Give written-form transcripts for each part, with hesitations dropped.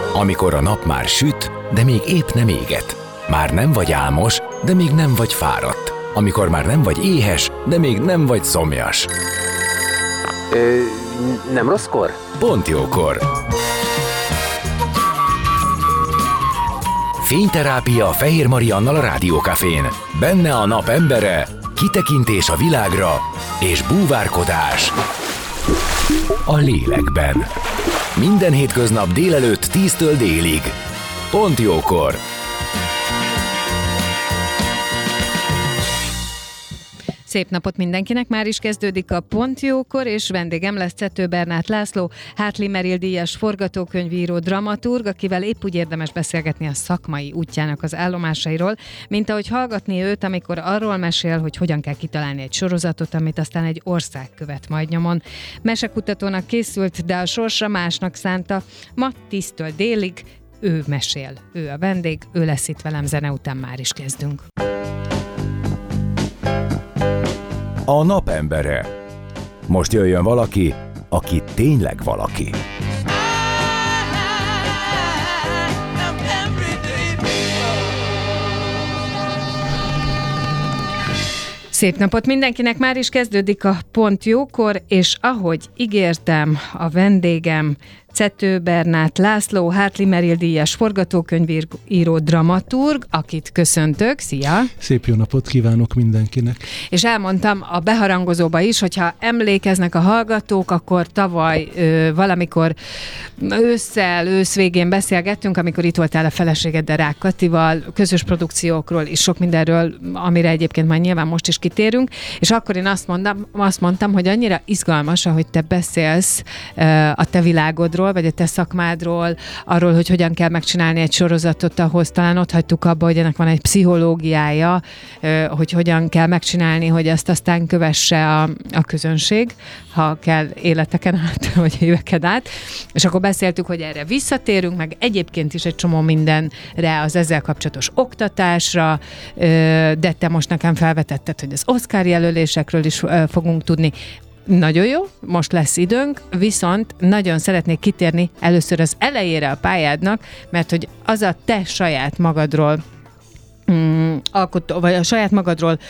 Amikor a nap már süt, de még épp nem éget. Már nem vagy álmos, de még nem vagy fáradt. Amikor már nem vagy éhes, de még nem vagy szomjas. Nem rosszkor? Pont jókor. Fényterápia Fehér Mariannal a Rádiókafén. Benne a nap embere, kitekintés a világra és búvárkodás a lélekben. Minden hétköznap délelőtt 10-től délig. Pont jókor. Szép napot mindenkinek, már is kezdődik a Pont jókor, és vendégem lesz Czető Bernát László, Hartley Merrill díjas forgatókönyvíró, dramaturg, akivel épp úgy érdemes beszélgetni a szakmai útjának az állomásairól, mint ahogy hallgatni őt, amikor arról mesél, hogy hogyan kell kitalálni egy sorozatot, amit aztán egy ország követ majd nyomon. Mesekutatónak készült, de a sorsa másnak szánta. Ma 10-től délig ő mesél, ő a vendég, ő lesz itt velem, zene után már is kezdünk. A napembere. Most jöjjön valaki, aki tényleg valaki. Szép napot mindenkinek, már is kezdődik a Pont jókor, és ahogy ígértem, a vendégem Czető Bernát László, Hartley Merrill díjas forgatókönyvíró, dramaturg, akit köszöntök. Szia! Szép jó napot kívánok mindenkinek! És elmondtam a beharangozóba is, hogyha emlékeznek a hallgatók, akkor tavaly valamikor ősz végén beszélgettünk, amikor itt voltál a feleségeddel, Rák Katival, közös produkciókról és sok mindenről, amire egyébként már nyilván most is kitérünk, és akkor én azt mondtam, hogy annyira izgalmas, ahogy te beszélsz a te világodról, vagy a te szakmádról, arról, hogy hogyan kell megcsinálni egy sorozatot, ahhoz talán ott hagytuk abba, hogy ennek van egy pszichológiája, hogy hogyan kell megcsinálni, hogy ezt aztán kövesse a közönség, ha kell életeken át, vagy éveken át. És akkor beszéltük, hogy erre visszatérünk, meg egyébként is egy csomó mindenre, az ezzel kapcsolatos oktatásra, de te most nekem felvetetted, hogy az Oscar jelölésekről is fogunk tudni. Nagyon jó, most lesz időnk, viszont nagyon szeretnék kitérni először az elejére a pályádnak, mert hogy az a te saját magadról vagy a saját magadról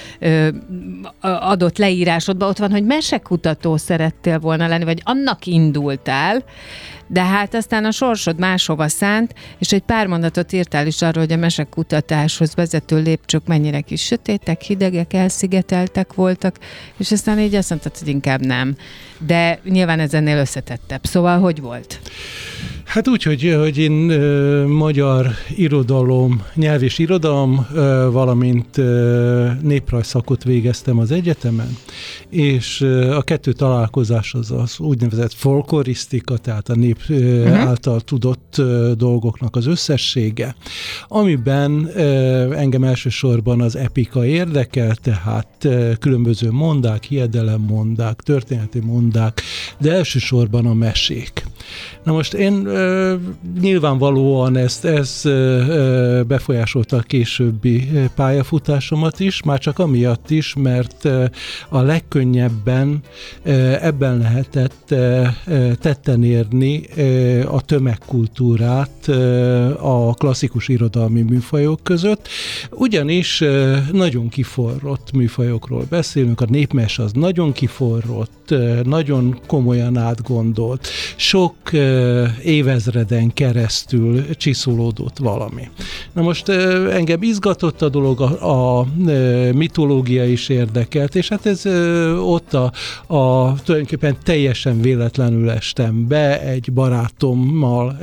adott leírásodban ott van, hogy mesekutató szerettél volna lenni, vagy annak indultál, de hát aztán a sorsod máshova szánt, és egy pár mondatot írtál is arról, hogy a mesekutatáshoz vezető lépcsők mennyire kis sötétek, hidegek, elszigeteltek voltak, és aztán így azt mondtad, hogy inkább nem. De nyilván ez ennél összetettebb. Szóval hogy volt? Hát úgy, hogy én magyar irodalom, nyelv és irodalom, valamint néprajzszakot végeztem az egyetemen, és a kettő találkozás az úgynevezett folklorisztika, tehát a nép által tudott dolgoknak az összessége, amiben engem elsősorban az epika érdekel, tehát különböző mondák, hiedelemmondák, történeti mondák, de elsősorban a mesék. Na most én nyilvánvalóan ez befolyásolta a későbbi pályafutásomat is, már csak amiatt is, mert a legkönnyebben ebben lehetett tetten érni a tömegkultúrát a klasszikus irodalmi műfajok között, ugyanis nagyon kiforrott műfajokról beszélünk, a népmese az nagyon kiforrott, nagyon komolyan átgondolt, sok évezreden keresztül csiszolódott valami. Na most engem izgatott a dolog, a mitológia is érdekelt, és hát ez ott tulajdonképpen teljesen véletlenül estem be, egy barátommal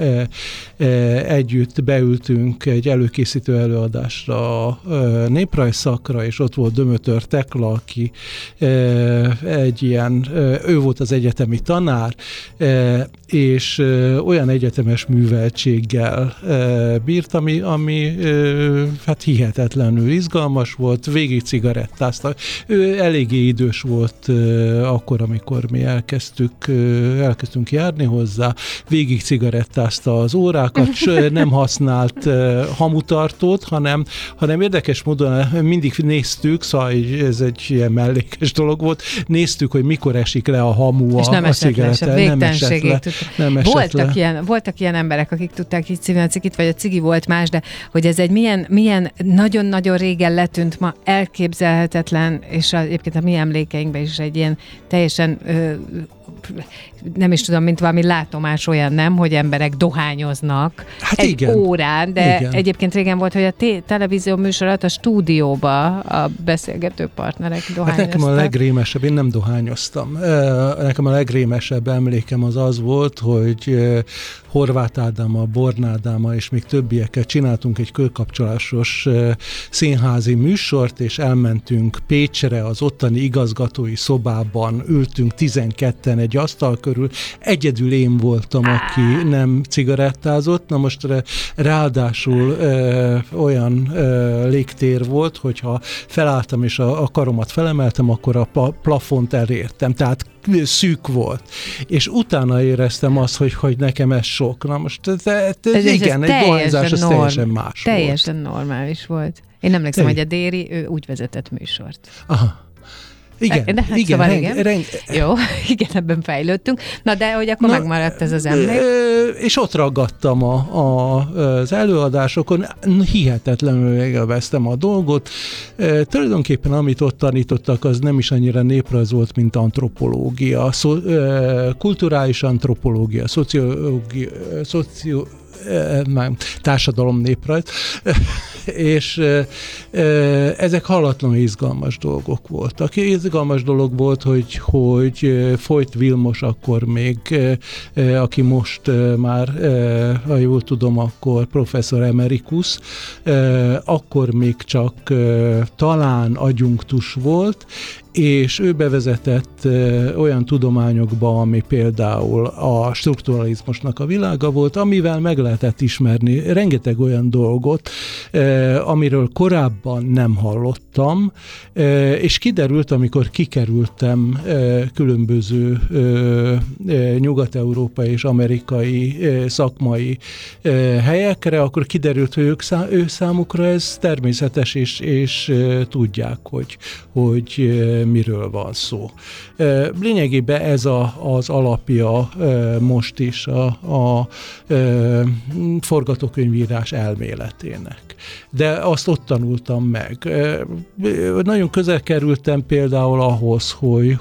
együtt beültünk egy előkészítő előadásra a néprajzszakra, és ott volt Dömötör Tekla, aki ő volt az egyetemi tanár, és olyan egyetemes műveltséggel bírt, ami hát hihetetlenül izgalmas volt, végig cigarettázta. Ő eléggé idős volt akkor, amikor mi elkezdtünk járni hozzá, végig cigarettázta az órákat, nem használt hamutartót, hanem érdekes módon mindig néztük, szóval ez egy ilyen mellékes dolog volt, néztük, hogy mikor esik le a hamu a cigarettel. Nem esett le. nem esett le. Voltak ilyen emberek, akik tudták így szívni a cigit, vagy a cigi volt más, de hogy ez egy milyen nagyon-nagyon régen letűnt, ma elképzelhetetlen, és egyébként a mi emlékeinkben is egy ilyen teljesen nem is tudom, mint valami látomás olyan, nem, hogy emberek dohányoznak órán, de igen. Egyébként régen volt, hogy a televízió műsorat a stúdióba a beszélgető partnerek dohányoztak. Hát nekem a legrémesebb, én nem dohányoztam. Nekem a legrémesebb emlékem az volt, hogy Horváth Ádámmal, Born Ádámmal és még többiekkel csináltunk egy körkapcsolásos színházi műsort, és elmentünk Pécsre, az ottani igazgatói szobában ültünk 12-en egy asztal körül. Egyedül én voltam, aki nem cigarettázott. Na most ráadásul olyan légtér volt, hogyha felálltam és a karomat felemeltem, akkor a plafont elértem. Tehát szűk volt. És utána éreztem azt, hogy nekem ez sok. Na most igen, egy dohányzás az teljesen más teljesen volt. Normális volt. Én emlékszem, hogy a Déri, ő úgy vezetett műsort. Aha. Igen, hát igen, szóval Jó, igen, ebben fejlődtünk. Na, de hogy akkor megmaradt ez az emlék? És ott ragadtam az előadásokon, hihetetlenül élveztem a dolgot. Tulajdonképpen, amit ott tanítottak, az nem is annyira néprajz volt, mint antropológia, kulturális antropológia, társadalom néprajz, és ezek hallatlanul izgalmas dolgok voltak. Izgalmas dolog volt, hogy Folyt Vilmos akkor még, aki most már, ha jól tudom, akkor professzor emeritus, akkor még csak talán adjunktus volt, és ő bevezetett olyan tudományokba, ami például a strukturalizmusnak a világa volt, amivel meg lehetett ismerni rengeteg olyan dolgot, amiről korábban nem hallottam, és kiderült, amikor kikerültem különböző nyugat-európai és amerikai szakmai helyekre, akkor kiderült, hogy ő számukra ez természetes, és tudják, hogy miről van szó. Lényegében ez az alapja most is a forgatókönyvírás elméletének. De azt ott tanultam meg. Nagyon közel kerültem például ahhoz,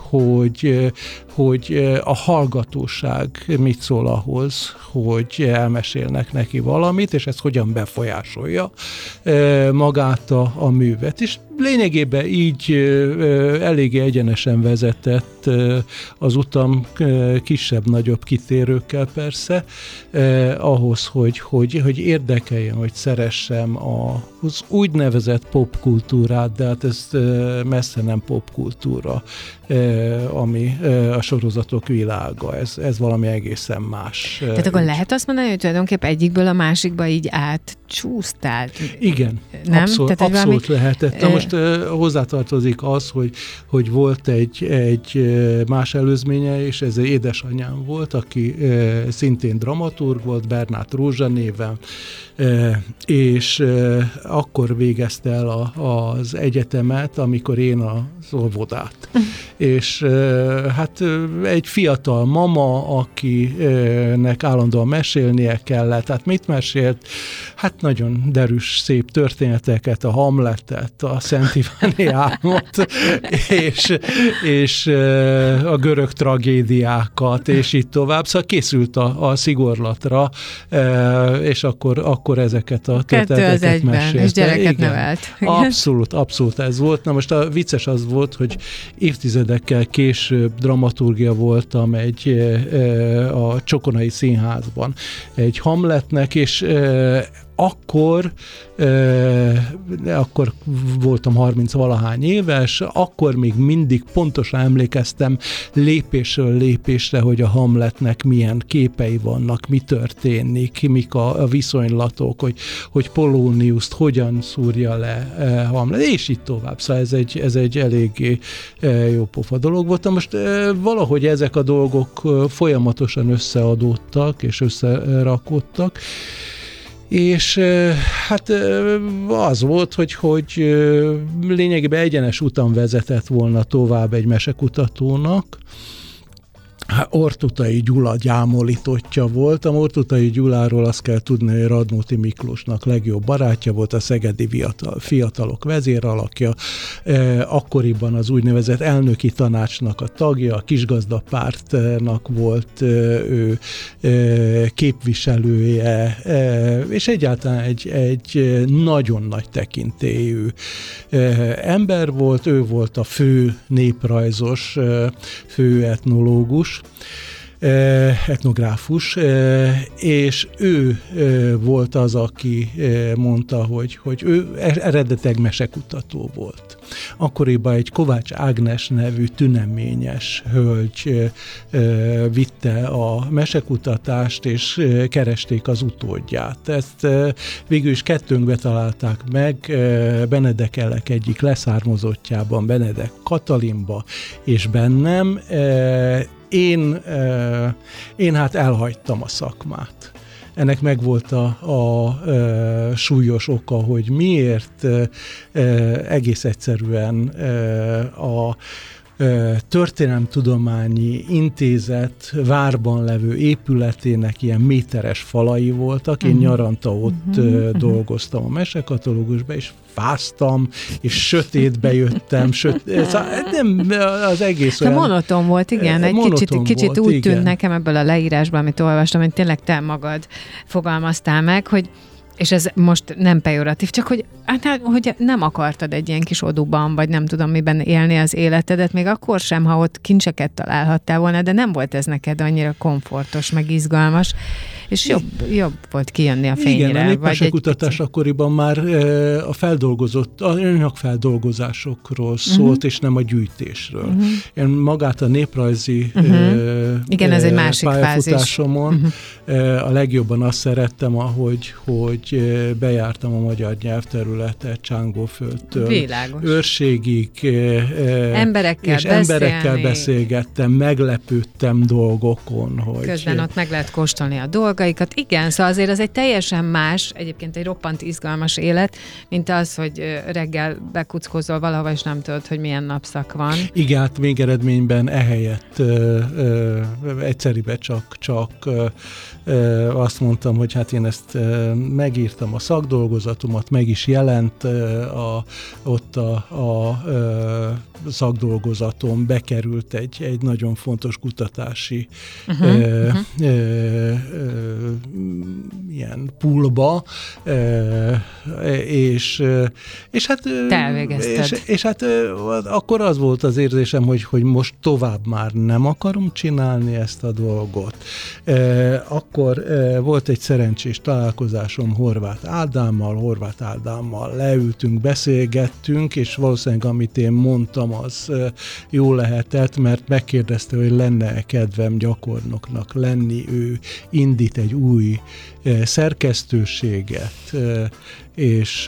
hogy a hallgatóság mit szól ahhoz, hogy elmesélnek neki valamit, és ez hogyan befolyásolja magát a művet. És lényegében így eléggé egyenesen vezetett az utam, kisebb-nagyobb kitérőkkel persze, ahhoz, hogy érdekeljen, hogy szeressem az úgynevezett popkultúrát, de hát ez messze nem popkultúra, ami a sorozatok világa. Ez valami egészen más. Tehát akkor lehet azt mondani, hogy tulajdonképpen egyikből a másikba így átcsúsztál? Igen, nem? abszolút lehetett. Na most hozzátartozik az, hogy volt egy más előzménye, és ez egy édesanyám volt, aki szintén dramaturg volt, Bernát Rózsa néven, és akkor végezte el az egyetemet, amikor én az óvodát. És hát egy fiatal mama, akinek állandóan mesélnie kellett, hát mit mesélt? Hát nagyon derűs, szép történeteket, a Hamletet, a Szent Iváni álmot, és a görög tragédiákat, és így tovább. Szóval készült a szigorlatra, és akkor ezeket a történeteket mesélte. És gyereket nevelt. Abszolút ez volt. Na most a vicces az volt, hogy évtizedekkel később dramaturgia voltam a Csokonai Színházban egy Hamletnek, és akkor voltam 30-valahány éves, akkor még mindig pontosan emlékeztem lépésről lépésre, hogy a Hamletnek milyen képei vannak, mi történik, mik a viszonylatok, hogy Polóniuszt hogyan szúrja le Hamlet, és így tovább. Szóval ez egy eléggé jó pofa dolog volt. Most valahogy ezek a dolgok folyamatosan összeadódtak és összerakódtak, és hát az volt, hogy lényegében egyenes úton vezetett volna tovább egy mesekutatónak, Orthuthai Gyula gyámolítottja volt. A Orthuthai Gyuláról azt kell tudni, hogy Radnóti Miklósnak legjobb barátja volt, a szegedi fiatalok vezéralakja, akkoriban az úgynevezett elnöki tanácsnak a tagja, a Kisgazdapártnak volt ő képviselője, és egyáltalán egy nagyon nagy tekintélyű ember volt, ő volt a fő néprajzos, fő etnológus, etnográfus, és ő volt az, aki mondta, hogy ő eredetileg mesekutató volt. Akkoriban egy Kovács Ágnes nevű tüneményes hölgy vitte a mesekutatást, és keresték az utódját. Ezt végül is kettőnkbe találták meg, Benedek Elek egyik leszármazottjában, Benedek Katalinba és bennem. Én hát elhagytam a szakmát. Ennek megvolt a súlyos oka, hogy miért. Egész egyszerűen a Történelemtudományi Intézet várban levő épületének ilyen méteres falai voltak. Én nyaranta ott dolgoztam a mesekatalógusban, és fáztam, és sötétbe jöttem. Nem, az egész olyan... monoton volt, igen. Egy kicsit úgy tűnt nekem ebből a leírásból, amit olvastam, hogy tényleg te magad fogalmaztál meg, hogy és ez most nem pejoratív, csak hogy nem akartad egy ilyen kis oduban, vagy nem tudom miben élni az életedet, még akkor sem, ha ott kincseket találhattál volna, de nem volt ez neked annyira komfortos, meg izgalmas, és jobb volt kijönni a fényre. Igen, a népmesekutatás akkoriban már a anyagfeldolgozásokról szólt, és nem a gyűjtésről. Én magát a néprajzi igen, ez egy másik pályafutásomon a legjobban azt szerettem, hogy bejártam a magyar nyelvterületet Csángóföldtől Őrségig, emberekkel beszélgettem, meglepődtem dolgokon. Közben ott meg lehet kóstolni a dolgaikat. Igen, szóval azért az egy teljesen más, egyébként egy roppant izgalmas élet, mint az, hogy reggel bekuckozol valahova, és nem tudod, hogy milyen napszak van. Igen, hát végeredményben ehelyett egyszerűen csak azt mondtam, hogy hát én ezt megírtam a szakdolgozatomat, meg is jelent ott a szakdolgozatom, bekerült egy nagyon fontos kutatási ilyen poolba, és hát te elvégezted. És hát akkor az volt az érzésem, hogy most tovább már nem akarom csinálni ezt a dolgot. Akkor volt egy szerencsés találkozásom Horváth Ádámmal leültünk, beszélgettünk, és valószínűleg amit én mondtam, az jó lehetett, mert megkérdezte, hogy lenne kedvem gyakornoknak lenni, ő indít egy új szerkesztőséget, és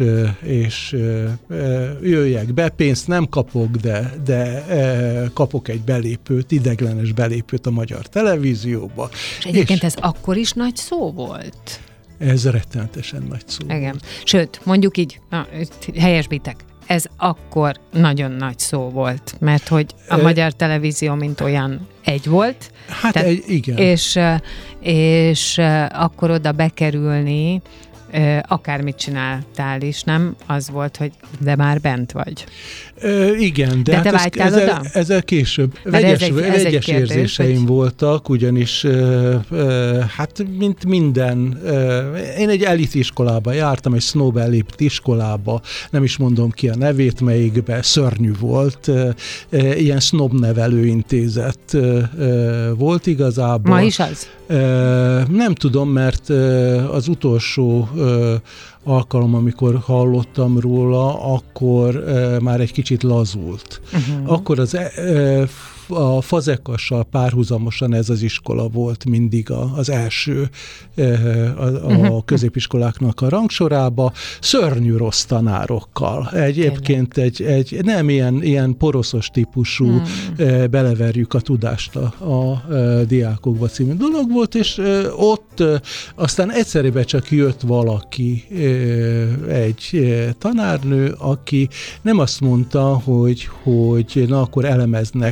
jöjjek be, pénzt nem kapok, de kapok egy belépőt, ideglenes belépőt a Magyar Televízióba. És egyébként ez akkor is nagy szó volt? Ez rettenetesen nagy szó. Igen. Sőt, mondjuk így, helyesbitek, ez akkor nagyon nagy szó volt, mert hogy a Magyar Televízió mint olyan egy volt. Hát tehát, igen. És akkor oda bekerülni, akármit csináltál is, nem? Az volt, hogy de már bent vagy. Igen, de te vágytál oda? Ezzel később vegyes érzéseim voltak, ugyanis hát mint minden, én egy elit iskolába jártam, egy snob elit iskolába, nem is mondom ki a nevét, melyikben szörnyű volt, ilyen snob nevelőintézet volt igazából. Ma is az? Nem tudom, mert az utolsó alkalom, amikor hallottam róla, akkor már egy kicsit lazult. Akkor a Fazekassal párhuzamosan ez az iskola volt mindig az első a középiskoláknak a rangsorába, szörnyű rossz tanárokkal. Egyébként egy nem ilyen poroszos típusú beleverjük a tudást a diákokba című dolog volt, és ott aztán egyszerűen csak jött valaki, egy tanárnő, aki nem azt mondta, hogy na akkor elemez nekem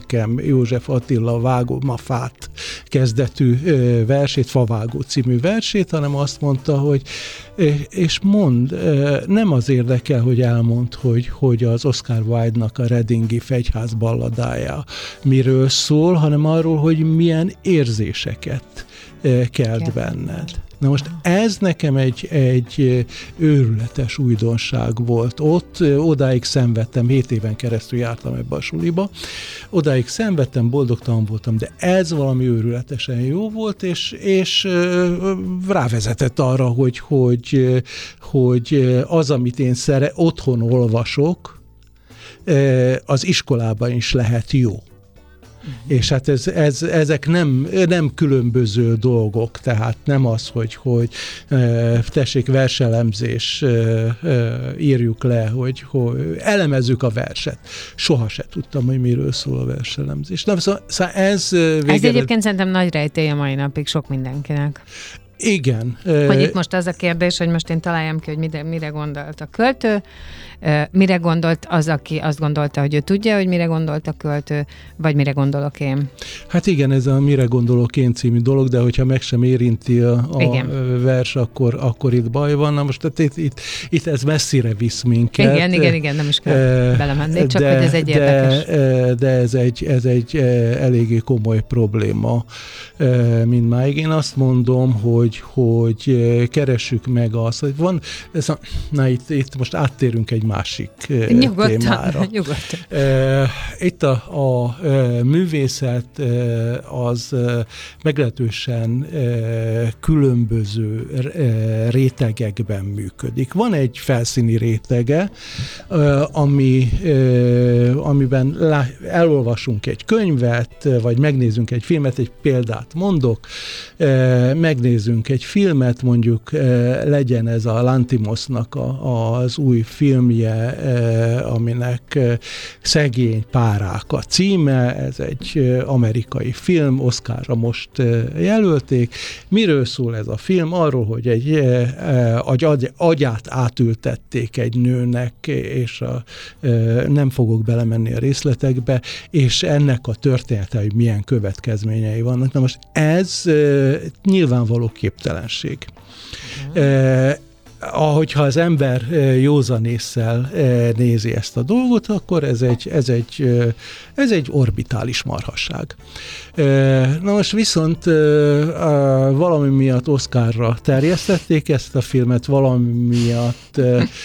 József Attila Vágó Mafát kezdetű versét, Favágó című versét, hanem azt mondta, hogy és nem az érdekel, hogy elmond, hogy az Oscar Wilde-nak a Readingi Fegyház balladája miről szól, hanem arról, hogy milyen érzéseket kelt benned. Na most ez nekem egy őrületes újdonság volt ott, odáig szenvedtem, 7 éven keresztül jártam ebbe a suliba, odáig szenvedtem, boldogtalan voltam, de ez valami őrületesen jó volt, és rávezetett arra, hogy az, amit én otthon olvasok, az iskolában is lehet jó. És hát ezek nem különböző dolgok, tehát nem az, hogy tessék verselemzés, írjuk le, hogy elemezzük a verset. Soha se tudtam, hogy miről szól a verselemzés. Nem, szóval ez egyébként szerintem nagy rejtély a mai napig sok mindenkinek. Igen. Hogy itt most az a kérdés, hogy most én találjam ki, hogy mire gondolt a költő, mire gondolt az, aki azt gondolta, hogy ő tudja, hogy mire gondolt a költő, vagy mire gondolok én. Hát igen, ez a Mire gondolok én című dolog, de hogyha meg sem érinti a vers, akkor itt baj van. Na most tehát itt ez messzire visz minket. Igen, nem is kell belemenni, csak hogy ez egy érdekes. De ez egy eléggé komoly probléma mindmáig. Én azt mondom, hogy keressük meg azt, hogy van, itt most áttérünk egy másik témára. Nyugodtan. Itt a művészet az meglehetősen különböző rétegekben működik. Van egy felszíni rétege, amiben elolvasunk egy könyvet, vagy megnézünk egy filmet, egy példát mondok, megnézünk egy filmet, mondjuk legyen ez a Lanthimosnak az új filmje, aminek Szegény párák a címe, ez egy amerikai film, Oscarra most jelölték. Miről szól ez a film? Arról, hogy egy agyát átültették egy nőnek, és nem fogok belemenni a részletekbe, és ennek a története, hogy milyen következményei vannak. Na most ez nyilvánvaló képtelenség. Ahogyha az ember józanésszel nézi ezt a dolgot, akkor ez egy orbitális marhasság. Na most viszont valami miatt Oscarra terjesztették ezt a filmet, valami miatt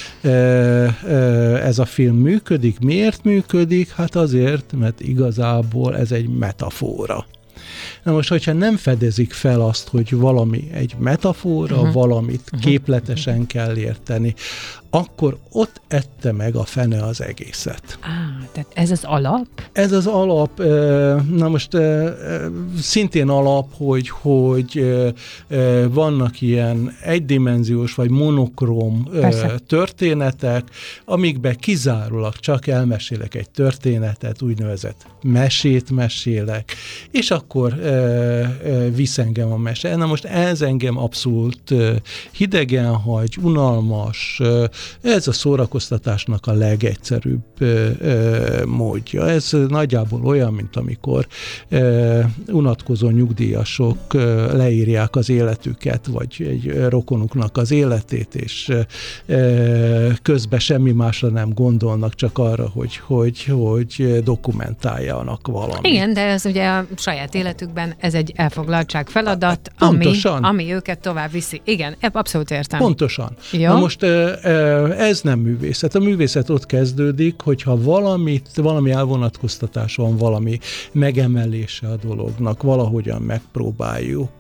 ez a film működik. Miért működik? Hát azért, mert igazából ez egy metafora. Na most, hogyha nem fedezik fel azt, hogy valami egy metafora, valamit képletesen kell érteni, akkor ott ette meg a fene az egészet. Tehát ez az alap? Ez az alap, na most szintén alap, hogy vannak ilyen egydimenziós vagy monokróm történetek, amikben kizárólag csak elmesélek egy történetet, úgynevezett mesét mesélek, és akkor visz engem a mese. Na most ez engem abszolút hidegen hagy, unalmas, ez a szórakoztatásnak a legegyszerűbb módja. Ez nagyjából olyan, mint amikor unatkozó nyugdíjasok leírják az életüket, vagy egy rokonuknak az életét, és közben semmi másra nem gondolnak, csak arra, hogy dokumentáljanak valamit. Igen, de ez ugye a saját életükben ez egy elfoglaltság feladat, ami őket tovább viszi. Igen, abszolút értem. Pontosan. Jó. Na most ez nem művészet. A művészet ott kezdődik, hogyha valami elvonatkoztatás van, valami megemelése a dolognak, valahogyan megpróbáljuk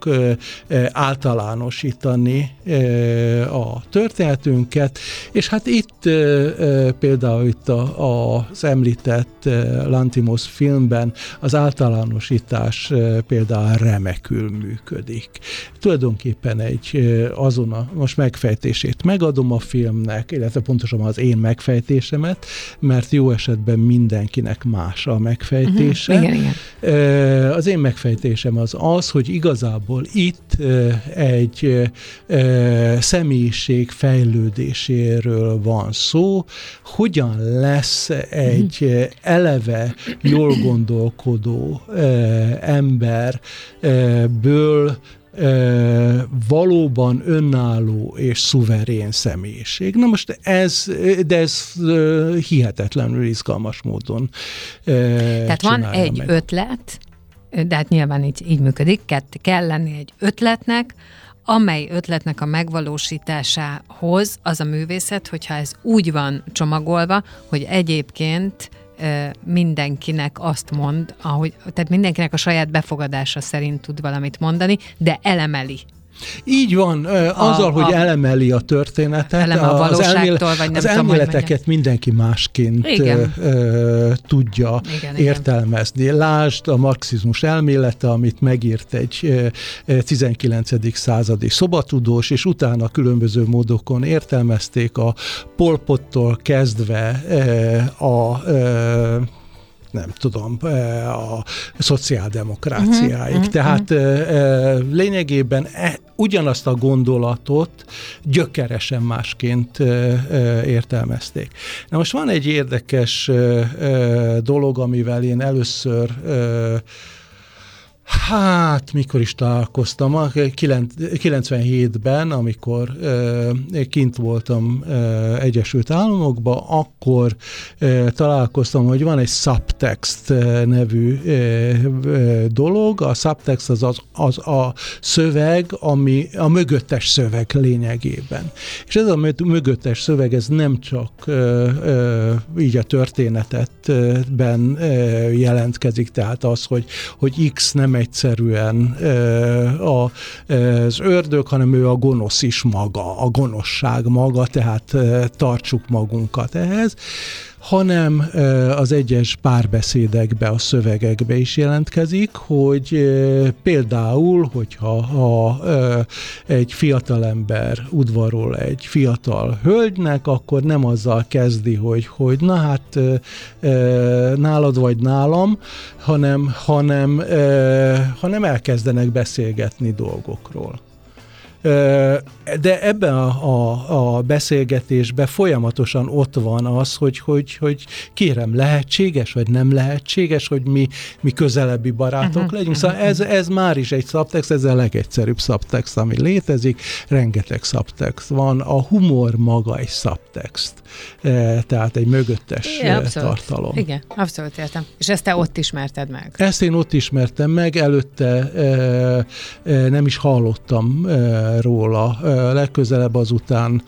általánosítani a történetünket, és hát itt például itt az említett Lanthimos filmben az általánosítás például remekül működik. Tulajdonképpen most megfejtését megadom a filmnek, meg, illetve pontosan az én megfejtésemet, mert jó esetben mindenkinek más a megfejtése. Igen. Az én megfejtésem az, hogy igazából itt egy személyiség fejlődéséről van szó, hogyan lesz egy eleve jól gondolkodó emberből valóban önálló és szuverén személyiség. Na most ez hihetetlenül izgalmas módon Tehát van egy ötlet, de hát nyilván így működik, kell lenni egy ötletnek, amely ötletnek a megvalósításához az a művészet, hogyha ez úgy van csomagolva, hogy egyébként mindenkinek azt mond, tehát mindenkinek a saját befogadása szerint tud valamit mondani, de elemeli. Így van, azzal, hogy elemeli a történetet, a valóságtól, vagy nem az tudom, elméleteket mindenki másként tudja értelmezni. Lásd a marxizmus elmélete, amit megírt egy 19. századi szobatudós, és utána különböző módokon értelmezték a Pol Pottól kezdve nem tudom, a szociáldemokráciáig. Tehát lényegében ugyanazt a gondolatot gyökeresen másként értelmezték. Na most van egy érdekes dolog, amivel én először mikor is találkoztam? 97-ben, amikor kint voltam Egyesült Államokban, akkor találkoztam, hogy van egy subtext nevű dolog. A subtext az a szöveg, ami a mögöttes szöveg lényegében. És ez a mögöttes szöveg, ez nem csak így a történetetben jelentkezik, tehát az, hogy X nem egyszerűen az ördög, hanem ő a gonosz is maga, a gonoszság maga, tehát tartsuk magunkat ehhez, hanem az egyes párbeszédekbe, a szövegekbe is jelentkezik, hogy például, hogyha egy fiatalember udvarol egy fiatal hölgynek, akkor nem azzal kezdi, hogy na hát nálad vagy nálam, hanem elkezdenek beszélgetni dolgokról. De ebben a beszélgetésben folyamatosan ott van az, hogy kérem, lehetséges, vagy nem lehetséges, hogy mi közelebbi barátok legyünk. Szóval ez már is egy subtext, ez a legegyszerűbb subtext, ami létezik. Rengeteg subtext van. A humor maga egy subtext. Tehát egy mögöttes tartalom. Igen, abszolút értem. És ezt te ott ismerted meg? Ezt én ott ismertem meg, előtte nem is hallottam róla. Legközelebb azután,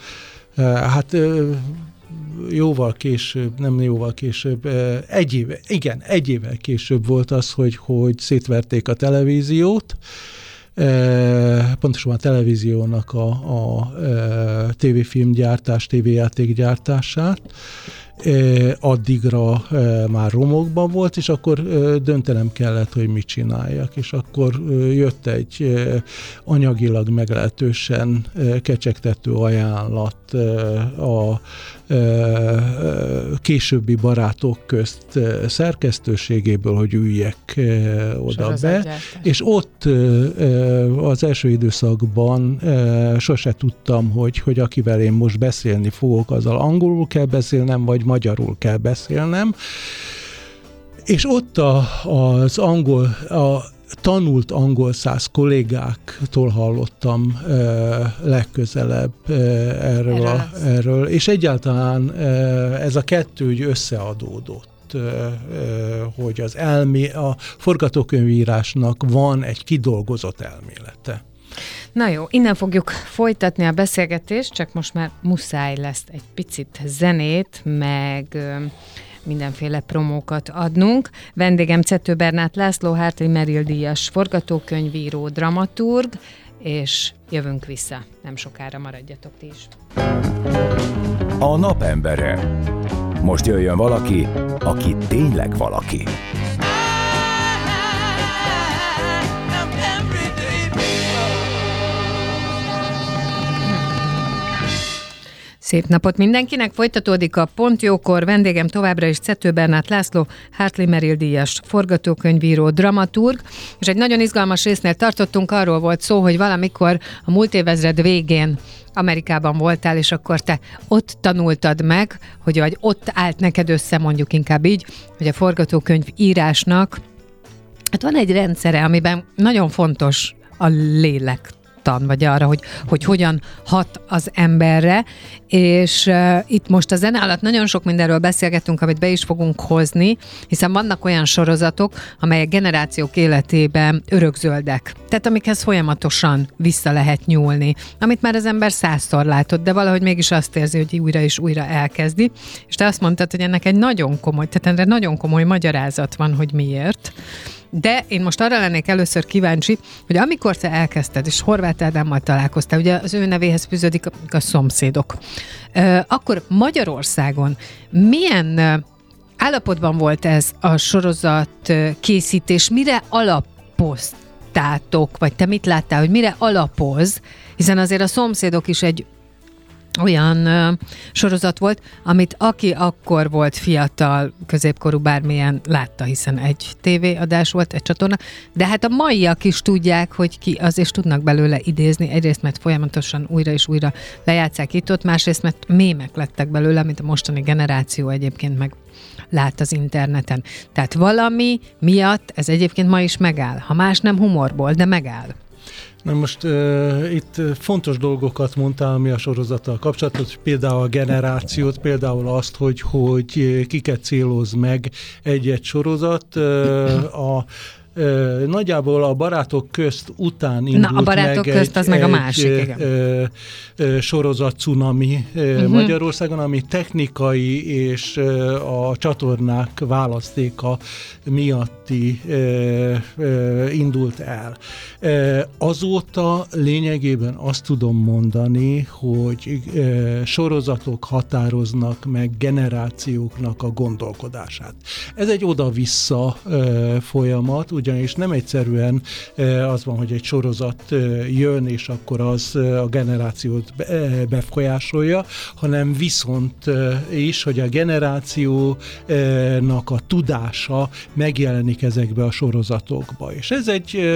jóval később, egy évvel később volt az, hogy szétverték a televíziót, pontosan a televíziónak a tévéfilmgyártás, tévéjátékgyártását, addigra már romokban volt, és akkor döntenem kellett, hogy mit csináljak. És akkor jött egy anyagilag meglehetősen kecsegtető ajánlat a későbbi barátok közt szerkesztőségéből, hogy üljek oda be. És ott az első időszakban sose tudtam, hogy akivel én most beszélni fogok, azzal angolul kell beszélnem, vagy magyarul kell beszélnem. És ott a tanult angol száz kollégáktól hallottam legközelebb erről, és egyáltalán ez a kettő összeadódott, hogy a forgatókönyvírásnak van egy kidolgozott elmélete. Na jó, innen fogjuk folytatni a beszélgetést, csak most már muszáj lesz egy picit zenét, meg mindenféle promókat adnunk. Vendégem Czettő Bernát László, Hartley Merrill díjas forgatókönyvíró, dramaturg, és jövünk vissza. Nem sokára, maradjatok ti is. A napembere. Most jöjjön valaki, aki tényleg valaki. Szép napot mindenkinek! Folytatódik a Pont Jókor. Vendégem továbbra is Czető Bernát László, Hartley Merrill díjas forgatókönyvíró, dramaturg, és egy nagyon izgalmas résznél tartottunk, arról volt szó, hogy valamikor a múlt évezred végén Amerikában voltál, és akkor te ott tanultad meg, vagy ott állt neked össze, mondjuk inkább így, hogy a forgatókönyv írásnak hát van egy rendszere, amiben nagyon fontos a lélektan, vagy arra, hogy hogyan hat az emberre, és itt most a zene alatt nagyon sok mindenről beszélgetünk, amit be is fogunk hozni, hiszen vannak olyan sorozatok, amelyek generációk életében örökzöldek, tehát amikhez folyamatosan vissza lehet nyúlni, amit már az ember 100-szor látott, de valahogy mégis azt érzi, hogy újra és újra elkezdi, és te azt mondtad, hogy ennek egy nagyon komoly, tehát ennek nagyon komoly magyarázat van, hogy miért. De én most arra lennék először kíváncsi, hogy amikor te elkezdted, és Horváth Ádámmal találkoztál, ugye az ő nevéhez fűződik a Szomszédok, akkor Magyarországon milyen állapotban volt ez a sorozat készítés, mire alapoztátok, vagy te mit láttál, hogy mire alapoz, hiszen azért a Szomszédok is egy olyan sorozat volt, amit aki akkor volt fiatal, középkorú, bármilyen látta, hiszen egy tévéadás volt, egy csatorna, de hát a maiak is tudják, hogy ki az, és tudnak belőle idézni, egyrészt, mert folyamatosan újra és újra lejátszák itt-ott, másrészt, mert mémek lettek belőle, mint a mostani generáció egyébként meg lát az interneten. Tehát valami miatt ez egyébként ma is megáll. Ha más nem humorból, de megáll. Na most itt fontos dolgokat mondtál, ami a sorozattal kapcsolatos, például a generációt, például azt, hogy kiket céloz meg egy-egy sorozat. Nagyjából a Barátok közt után indult a Barátok meg közt az meg a másik, sorozat cunami Magyarországon, ami technikai és a csatornák választéka miatti indult el. Azóta lényegében azt tudom mondani, hogy sorozatok határoznak meg generációknak a gondolkodását. Ez egy oda-vissza folyamat, ugyanis nem egyszerűen az van, hogy egy sorozat jön, és akkor az a generációt befolyásolja, hanem viszont is, hogy a generációnak a tudása megjelenik ezekbe a sorozatokba. És ez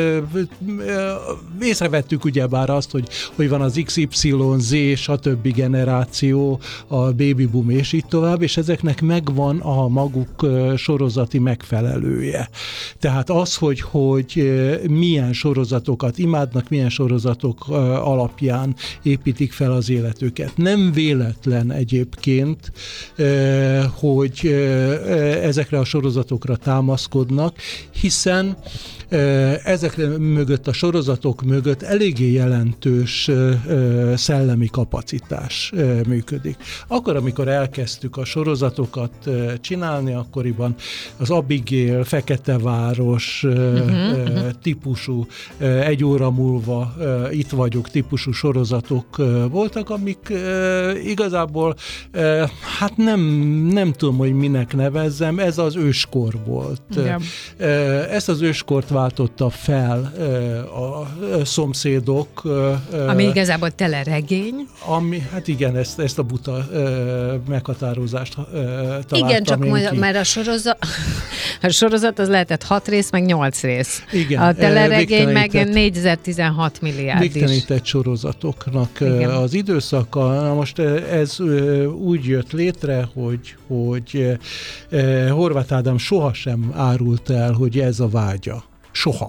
észrevettük ugyebár azt, hogy van az XYZ, stb. Generáció, a baby boom és így tovább, és ezeknek megvan a maguk sorozati megfelelője. Tehát az, hogy milyen sorozatokat imádnak, milyen sorozatok alapján építik fel az életüket. Nem véletlen egyébként, hogy ezekre a sorozatokra támaszkodnak, hiszen ezek mögött, a sorozatok mögött eléggé jelentős szellemi kapacitás működik. Akkor, amikor elkezdtük a sorozatokat csinálni, akkoriban az Abigail, Feketeváros típusú, egy óra múlva itt vagyok típusú sorozatok voltak, amik igazából hát nem tudom, hogy minek nevezzem, ez az őskor volt. Igen. Ezt az őskort váltotta fel a Szomszédok. Ami igazából teleregény. Hát igen, ezt a buta meghatározást találtam. Igen, csak mert a sorozat az lehetett 6 rész, meg 8 rész. Igen, a teleregény meg 4016 milliárd is. Végtelenített sorozatoknak igen. Az időszaka. Na most ez úgy jött létre, hogy Horváth Ádám sohasem árult el, hogy ez a vágya. Soha.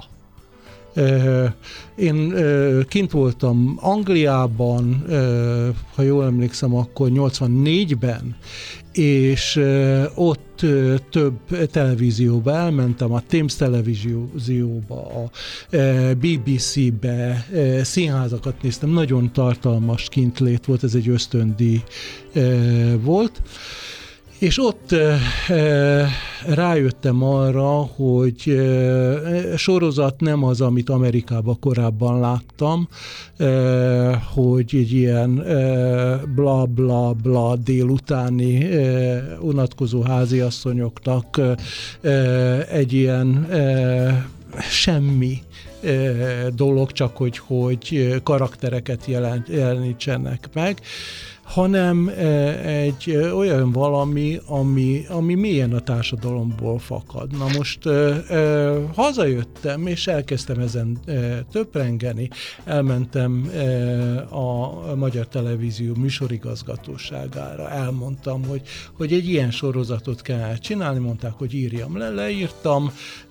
Én kint voltam Angliában, ha jól emlékszem, akkor 84-ben, és ott több televízióba elmentem, a Thames televízióba, a BBC-be, színházakat néztem, nagyon tartalmas kintlét volt, ez egy ösztöndíj volt. És ott rájöttem arra, hogy sorozat nem az, amit Amerikában korábban láttam, hogy egy ilyen bla-bla-bla délutáni unatkozó háziasszonyoknak egy ilyen semmi dolog, csak hogy karaktereket jelenítsenek meg, hanem egy olyan valami, ami mélyen a társadalomból fakad. Na most hazajöttem, és elkezdtem ezen töprengeni, elmentem a Magyar Televízió műsorigazgatóságára, elmondtam, hogy egy ilyen sorozatot kell csinálni, mondták, hogy írjam le, leírtam,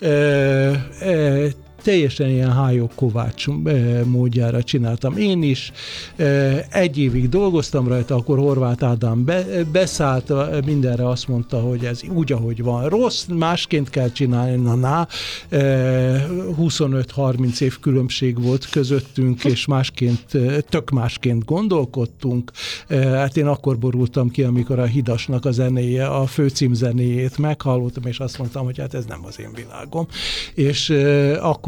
teljesen ilyen Hájó Kovács módjára csináltam én is. Egy évig dolgoztam rajta, akkor Horváth Ádám beszállt, mindenre azt mondta, hogy ez úgy, ahogy van, rossz, másként kell csinálni, na. 25-30 év különbség volt közöttünk, és tök másként gondolkodtunk. Hát én akkor borultam ki, amikor a Hidasnak a zenéje, a főcím zenéjét meghallottam, és azt mondtam, hogy hát ez nem az én világom. És akkor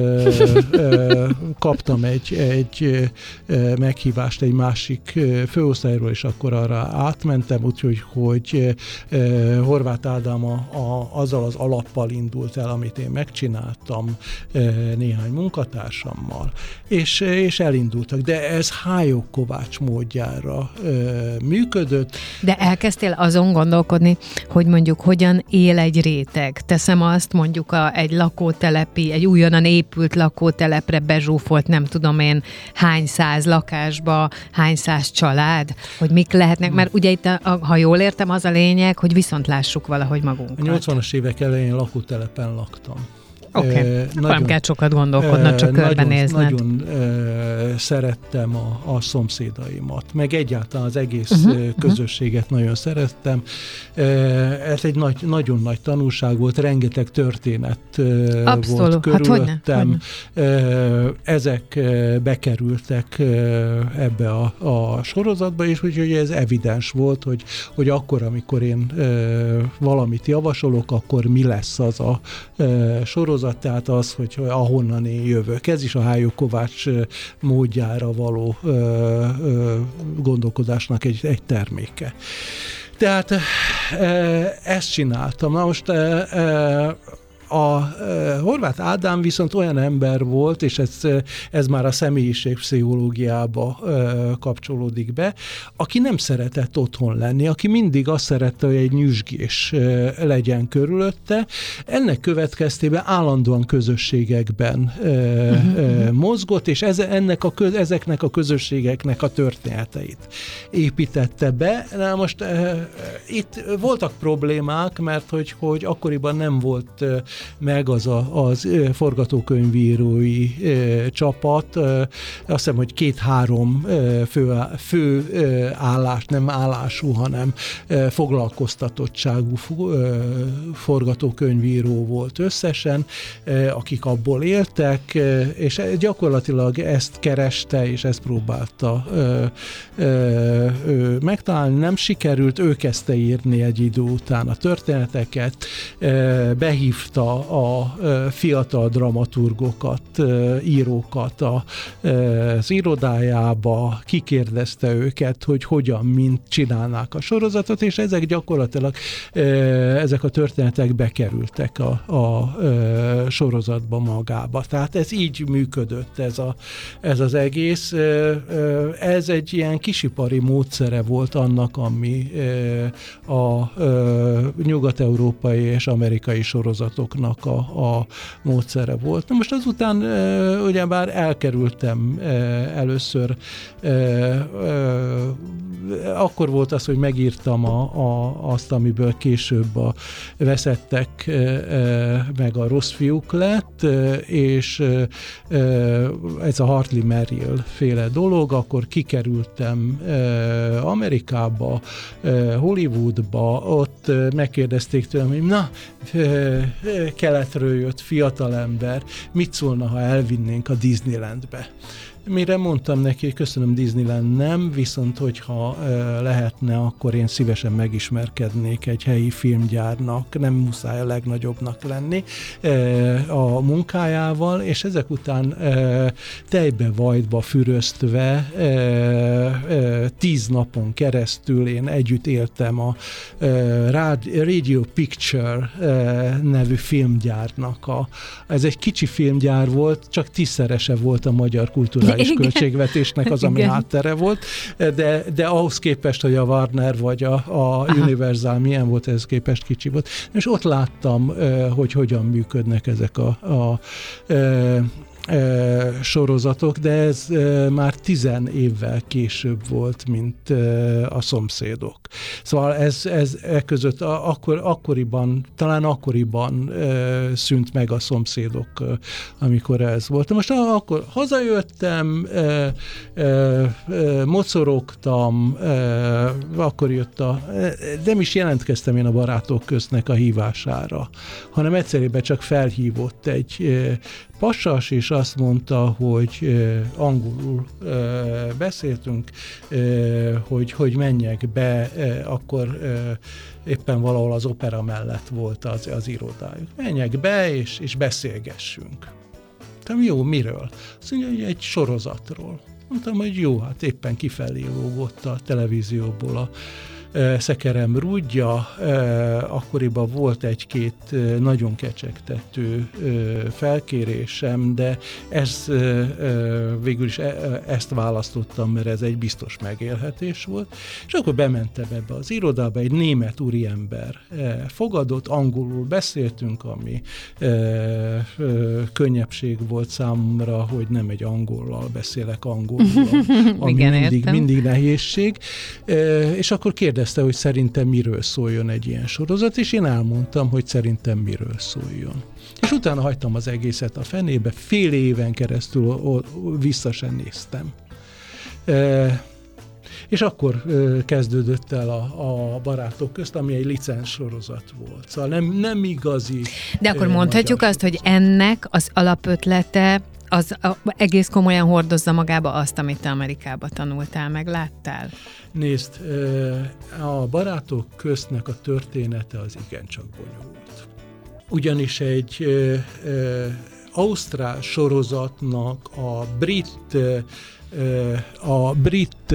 kaptam egy meghívást egy másik főosztályról, és akkor arra átmentem, úgyhogy Horváth Ádám azzal az alappal indult el, amit én megcsináltam néhány munkatársammal, és elindultak. De ez Hájó Kovács módjára működött. De elkezdtél azon gondolkodni, hogy mondjuk hogyan él egy réteg. Teszem azt, mondjuk egy lakótelepi, egy újonnan épült lakótelepre bezsúfolt, nem tudom én, hány száz lakásba, hány száz család, hogy mik lehetnek, mert ugye itt, ha jól értem, az a lényeg, hogy viszont lássuk valahogy magunkat. A 80-as évek elején lakótelepen laktam. Oké. Nem kell sokat gondolkodnod, csak körbenézned. Nagyon szerettem a szomszédaimat, meg egyáltalán az egész közösséget nagyon szerettem. Ez egy nagyon nagy tanulság volt, rengeteg történet volt körülöttem. Ezek bekerültek ebbe a sorozatba, és úgyhogy ez evidens volt, hogy akkor, amikor én valamit javasolok, akkor mi lesz az a sorozat, tehát az, hogy ahonnan én jövök. Ez is a Hájó Kovács módjára való gondolkodásnak egy terméke. Tehát ezt csináltam. Na most a Horváth Ádám viszont olyan ember volt, és ez már a személyiségpszichológiába kapcsolódik be, aki nem szeretett otthon lenni, aki mindig azt szerette, hogy egy nyüzsgés legyen körülötte. Ennek következtében állandóan közösségekben mozgott, és ezeknek a közösségeknek a történeteit építette be. Na most itt voltak problémák, mert hogy akkoriban nem volt meg az forgatókönyvírói csapat, azt hiszem, hogy 2-3 fő állás, nem állású, hanem foglalkoztatottságú forgatókönyvíró volt összesen, akik abból éltek, és gyakorlatilag ezt kereste, és ezt próbálta megtalálni. Nem sikerült, ő kezdte írni egy idő után a történeteket, behívta a fiatal dramaturgokat, írókat az irodájába, kikérdezte őket, hogy hogyan, mint csinálnák a sorozatot, és ezek gyakorlatilag, ezek a történetek bekerültek a sorozatba magába. Tehát ez így működött ez az egész. Ez egy ilyen kisipari módszere volt annak, ami a nyugat-európai és amerikai sorozatoknak a módszere volt. Na most azután ugyebár elkerültem először, akkor volt az, hogy megírtam azt, amiből később Veszettek meg a Rossz fiúk lett, és ez a Hartley Merrill féle dolog, akkor kikerültem Amerikába, Hollywoodba, ott megkérdezték tőlem, hogy na, keletről jött fiatalember, mit szólna, ha elvinnénk a Disneylandbe? Mire mondtam neki, hogy köszönöm, Disneyland nem, viszont hogyha lehetne, akkor én szívesen megismerkednék egy helyi filmgyárnak, nem muszáj a legnagyobbnak lenni a munkájával, és ezek után tejbe, vajtba füröztve 10 napon keresztül én együtt éltem a Radio Picture nevű filmgyárnak. Ez egy kicsi filmgyár volt, csak 10-szerese volt a magyar kulturális költségvetésnek az, ami háttere volt, de ahhoz képest, hogy a Warner vagy a Universal milyen volt, ehhez képest kicsi volt. És ott láttam, hogy hogyan működnek ezek a sorozatok, de ez már 10 évvel később volt, mint a Szomszédok. Szóval ez között talán akkoriban szűnt meg a Szomszédok, amikor ez volt. Most akkor hazajöttem, mocorogtam, akkor jött nem is jelentkeztem én a Barátok Köztnek a hívására, hanem egyszerűen csak felhívott egy pasas, és azt mondta, hogy angolul beszéltünk, hogy menjek be, akkor éppen valahol az opera mellett volt az irodájuk. Menjek be, és beszélgessünk. Mondtam, jó, miről? Azt mondja, hogy egy sorozatról. Mondtam, hogy jó, hát éppen kifelé lógott a televízióból a szekerem rúdja, akkoriban volt egy-két nagyon kecsegtető felkérésem, de végül is ezt választottam, mert ez egy biztos megélhetés volt, és akkor bementem ebbe az irodába, egy német úriember fogadott, angolul beszéltünk, ami könnyebbség volt számomra, hogy nem egy angollal beszélek angolul, ami mindig nehézség, és akkor kérdezte, hogy szerintem miről szóljon egy ilyen sorozat, és én elmondtam, hogy szerintem miről szóljon. És utána hagytam az egészet a fenébe, fél éven keresztül vissza sem néztem. És akkor kezdődött el a Barátok Közt, ami egy licenc sorozat volt. Szóval nem igazi. De akkor mondhatjuk azt, hogy ennek az alapötlete az egész komolyan hordozza magába azt, amit te Amerikába tanultál, meg láttál? Nézd, a Barátok Köztnek a története az igencsak bonyolult. Ugyanis egy ausztrál sorozatnak a brit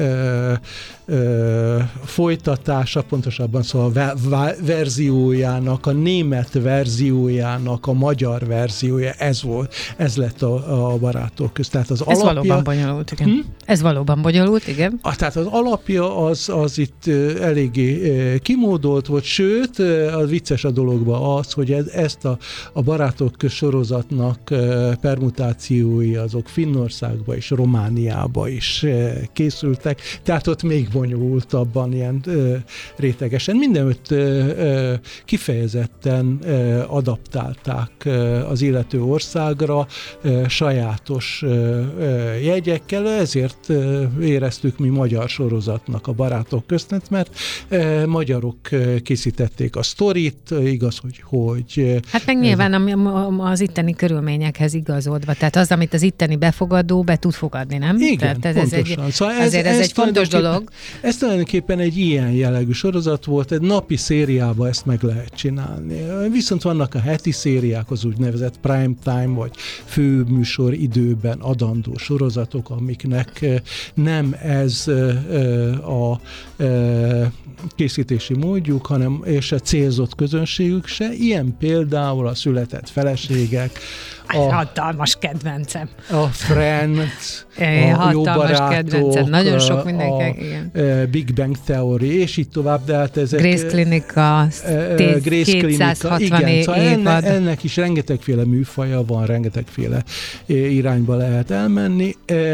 folytatása, pontosabban szóval verziójának, a német verziójának a magyar verziója, ez lett a Barátok Közt. Tehát az ez valóban bonyolult, igen. Ez valóban bonyolult, igen. Tehát az alapja az itt eléggé kimódolt volt, sőt, a vicces a dologban az, hogy ezt a Barátok Közt sorozatnak permutációi azok Finnországba és Romániába is készültek, tehát ott még bonyolultabban, ilyen rétegesen. Mindenütt kifejezetten adaptálták az illető országra sajátos jegyekkel, ezért éreztük mi magyar sorozatnak a Barátok Köztet, mert magyarok készítették a sztorit, igaz, hogy... Hát meg nyilván az itteni körülményekhez igazodva, tehát az, amit az itteni befogadó be tud fogadni, nem? Igen, tehát pontosan. Ez egy fontos dolog. Ez tulajdonképpen egy ilyen jellegű sorozat volt, egy napi szériában ezt meg lehet csinálni. Viszont vannak a heti szériák, az úgynevezett prime time, vagy főműsor időben adandó sorozatok, amiknek nem ez a készítési módjuk, hanem és a célzott közönségük se. Ilyen például a Született feleségek, hatalmas kedvencem. A Friends, a Jó Barátok, kedvencem. Nagyon sok mindenki, igen. Big Bang Theory, és így tovább, de hát ezek... Grace Klinika, 260 évad. Ennek is rengetegféle műfaja van, rengetegféle irányba lehet elmenni.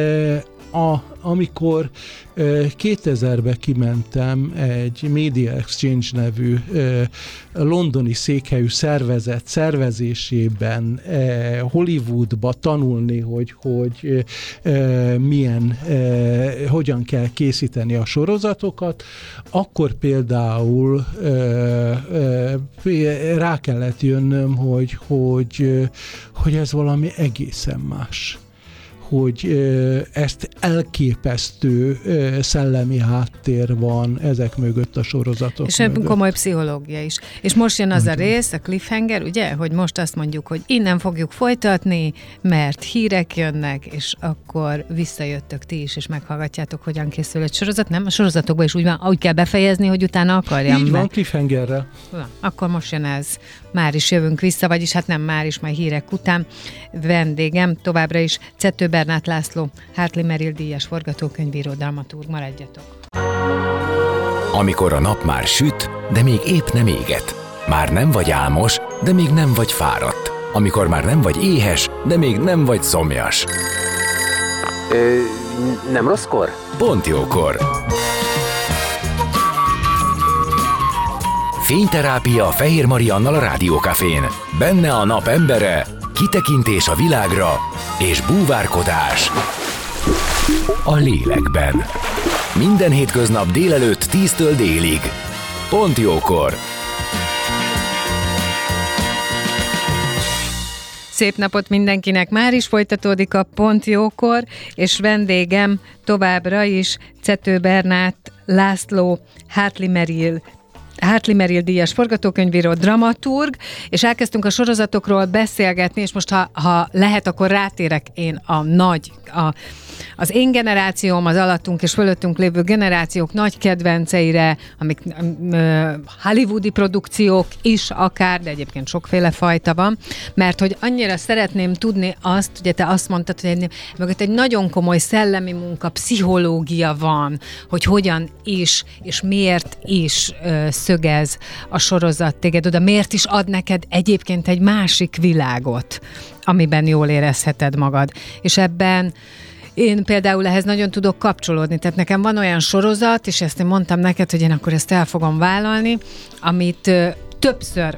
Amikor 2000-ben kimentem egy Media Exchange nevű londoni székhelyű szervezet szervezésében Hollywoodba tanulni, hogy hogyan kell készíteni a sorozatokat, akkor például rá kellett jönnöm, hogy ez valami egészen más. hogy ezt elképesztő szellemi háttér van ezek mögött a sorozatok és mögött. komoly pszichológia is. És most jön az a rész, a cliffhanger, ugye, hogy most azt mondjuk, hogy innen fogjuk folytatni, mert hírek jönnek, és akkor visszajöttök ti is, és meghallgatjátok, hogyan készül egy sorozat. Nem, a sorozatokban is úgy kell befejezni, hogy utána akarjam. Így van, cliffhangerrel. Akkor most jön ez. Már is jövünk vissza, vagyis hát nem már is, majd hírek után. Vendégem továbbra is Czető Bernát László, Hartley Merrill díjas forgatókönyvíró, dramaturg. Maradjatok! Amikor a nap már süt, de még épp nem éget. Már nem vagy álmos, de még nem vagy fáradt. Amikor már nem vagy éhes, de még nem vagy szomjas. Nem rosszkor? Pont jókor. Fényterápia Fehér Mariannal a Rádiókafén. Benne a nap embere, kitekintés a világra és búvárkodás a lélekben. Minden hétköznap délelőtt 10-től délig. Pont jókor. Szép napot mindenkinek! Már is folytatódik a Pont jókor, és vendégem továbbra is Czető Bernát László, Hartley Merrill díjas forgatókönyvíró, dramaturg, és elkezdtünk a sorozatokról beszélgetni, és most ha lehet, akkor rátérek én az én generációm, az alattunk és fölöttünk lévő generációk nagy kedvenceire, amik hollywoodi produkciók is akár, de egyébként sokféle fajta van, mert hogy annyira szeretném tudni azt, ugye te azt mondtad, hogy mögött egy nagyon komoly szellemi munka, pszichológia van, hogy hogyan is, és miért is szögez a sorozat téged oda, miért is ad neked egyébként egy másik világot, amiben jól érezheted magad. És ebben én például ehhez nagyon tudok kapcsolódni, tehát nekem van olyan sorozat, és ezt én mondtam neked, hogy én akkor ezt el fogom vállalni, amit többször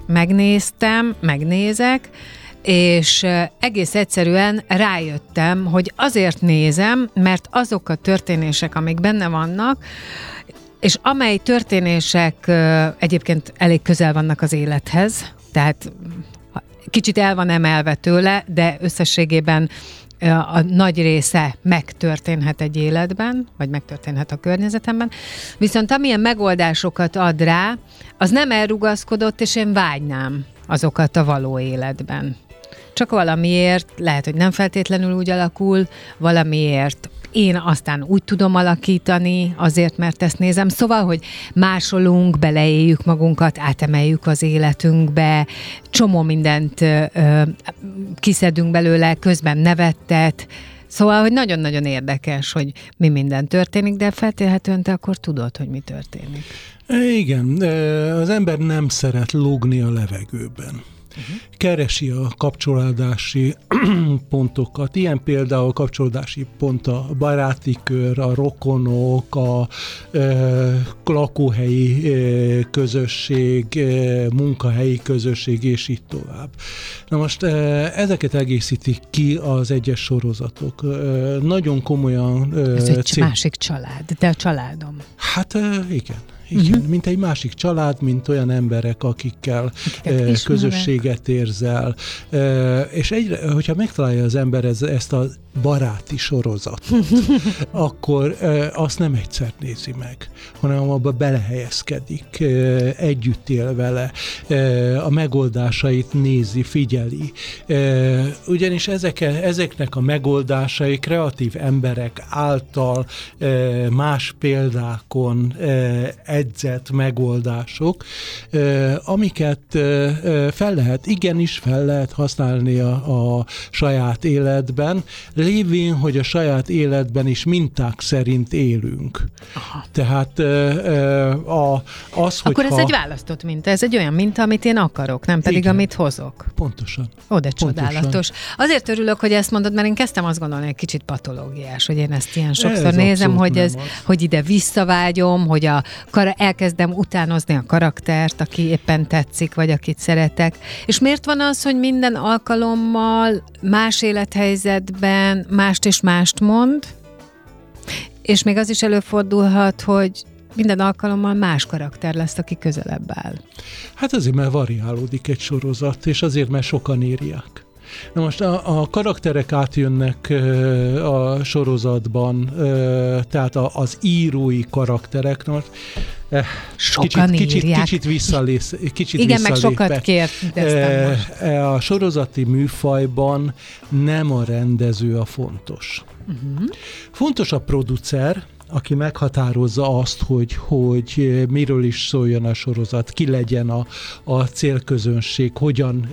megnézek, és egész egyszerűen rájöttem, hogy azért nézem, mert azok a történések, amik benne vannak, és amely történések egyébként elég közel vannak az élethez, tehát kicsit el van emelve tőle, de összességében a nagy része megtörténhet egy életben, vagy megtörténhet a környezetemben, viszont amilyen megoldásokat ad rá, az nem elrugaszkodott, és én vágynám azokat a való életben. Csak valamiért, lehet, hogy nem feltétlenül úgy alakul, valamiért én aztán úgy tudom alakítani, azért, mert ezt nézem. Szóval, hogy másolunk, beleéljük magunkat, átemeljük az életünkbe, csomó mindent kiszedünk belőle, közben nevettet. Szóval, hogy nagyon-nagyon érdekes, hogy mi minden történik, de feltétlenül te akkor tudod, hogy mi történik. Igen, az ember nem szeret lógni a levegőben. Keresi a kapcsolódási pontokat. Ilyen például kapcsolódási pont a baráti kör, a rokonok, a lakóhelyi közösség, munkahelyi közösség, és így tovább. Na most ezeket egészítik ki az egyes sorozatok. Nagyon komolyan... Ez egy másik család, de a családom. Hát igen. Igen, mint egy másik család, mint olyan emberek, akikkel közösséget érzel. És egyre, hogyha megtalálja az ember ezt a baráti sorozatot, akkor azt nem egyszer nézi meg, hanem abba belehelyezkedik, együtt él vele, a megoldásait nézi, figyeli. Ugyanis ezeknek a megoldásai kreatív emberek által más példákon edzett megoldások, amiket igenis fel lehet használni a saját életben, lévén, hogy a saját életben is minták szerint élünk. Aha. Tehát az, hogy akkor ez egy választott minta, ez egy olyan minta, amit én akarok, nem pedig igen, amit hozok. Pontosan. Ó, de csodálatos. Azért örülök, hogy ezt mondod, mert én kezdtem azt gondolni, hogy kicsit patológiás, hogy én ezt ilyen sokszor nézem, hogy ide visszavágyom, hogy elkezdem utánozni a karaktert, aki éppen tetszik, vagy akit szeretek. És miért van az, hogy minden alkalommal más élethelyzetben mást és mást mond, és még az is előfordulhat, hogy minden alkalommal más karakter lesz, aki közelebb áll. Hát azért, mert variálódik egy sorozat, és azért, mert sokan írják. Na most a karakterek átjönnek a sorozatban, tehát az írói karakterek, most kicsit igen, meg sokat kérdeztem most. A sorozati műfajban nem a rendező a fontos. Fontos a producer, aki meghatározza azt, hogy miről is szóljon a sorozat, ki legyen a célközönség, hogyan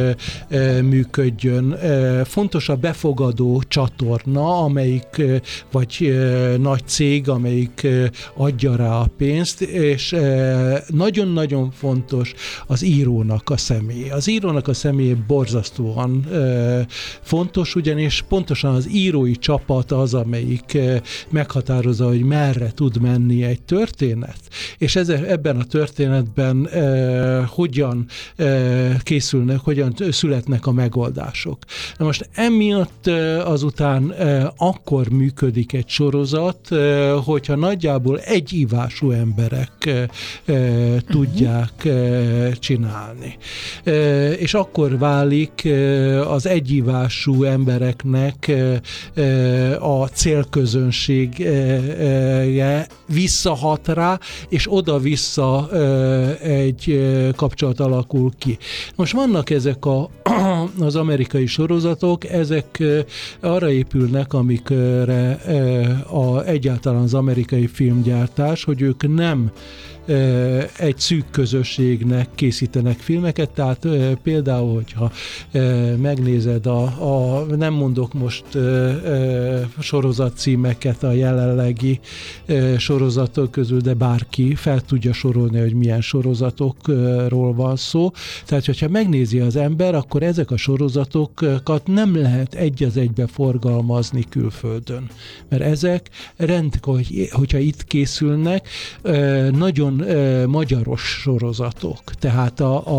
működjön. Fontos a befogadó csatorna, amelyik vagy nagy cég, amelyik adja rá a pénzt, és nagyon-nagyon fontos az írónak a személy. Az írónak a személy borzasztóan fontos, ugyanis pontosan az írói csapat az, amelyik meghatározza, hogy merre tud menni egy történet, és ebben a történetben hogyan készülnek, hogyan születnek a megoldások. Na most emiatt azután akkor működik egy sorozat, hogyha nagyjából egyívású emberek tudják csinálni. És akkor válik az egyívású embereknek a célközönség visszahat rá, és oda-vissza egy kapcsolat alakul ki. Most vannak ezek az amerikai sorozatok, ezek arra épülnek, amikre egyáltalán az amerikai filmgyártás, hogy ők nem egy szűk közösségnek készítenek filmeket, tehát például, hogyha megnézed nem mondok most sorozatcímeket a jelenlegi sorozatok közül, de bárki fel tudja sorolni, hogy milyen sorozatokról van szó. Tehát, hogyha megnézi az ember, akkor ezek a sorozatokat nem lehet egy az egybe forgalmazni külföldön. Mert ezek hogyha itt készülnek, nagyon magyaros sorozatok. Tehát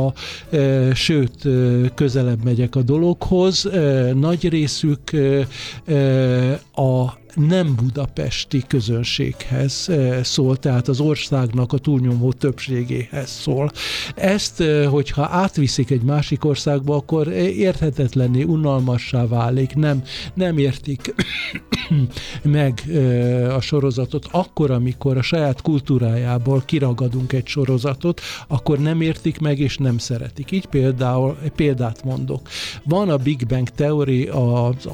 sőt, közelebb megyek a dologhoz, nagy részük a nem budapesti közönséghez szól, tehát az országnak a túlnyomó többségéhez szól. Ezt, hogyha átviszik egy másik országba, akkor érthetetlenné, unalmassá válik, nem értik meg a sorozatot. Akkor, amikor a saját kultúrájából kiragadunk egy sorozatot, akkor nem értik meg és nem szeretik. Így például, példát mondok. Van a Big Bang Theory, az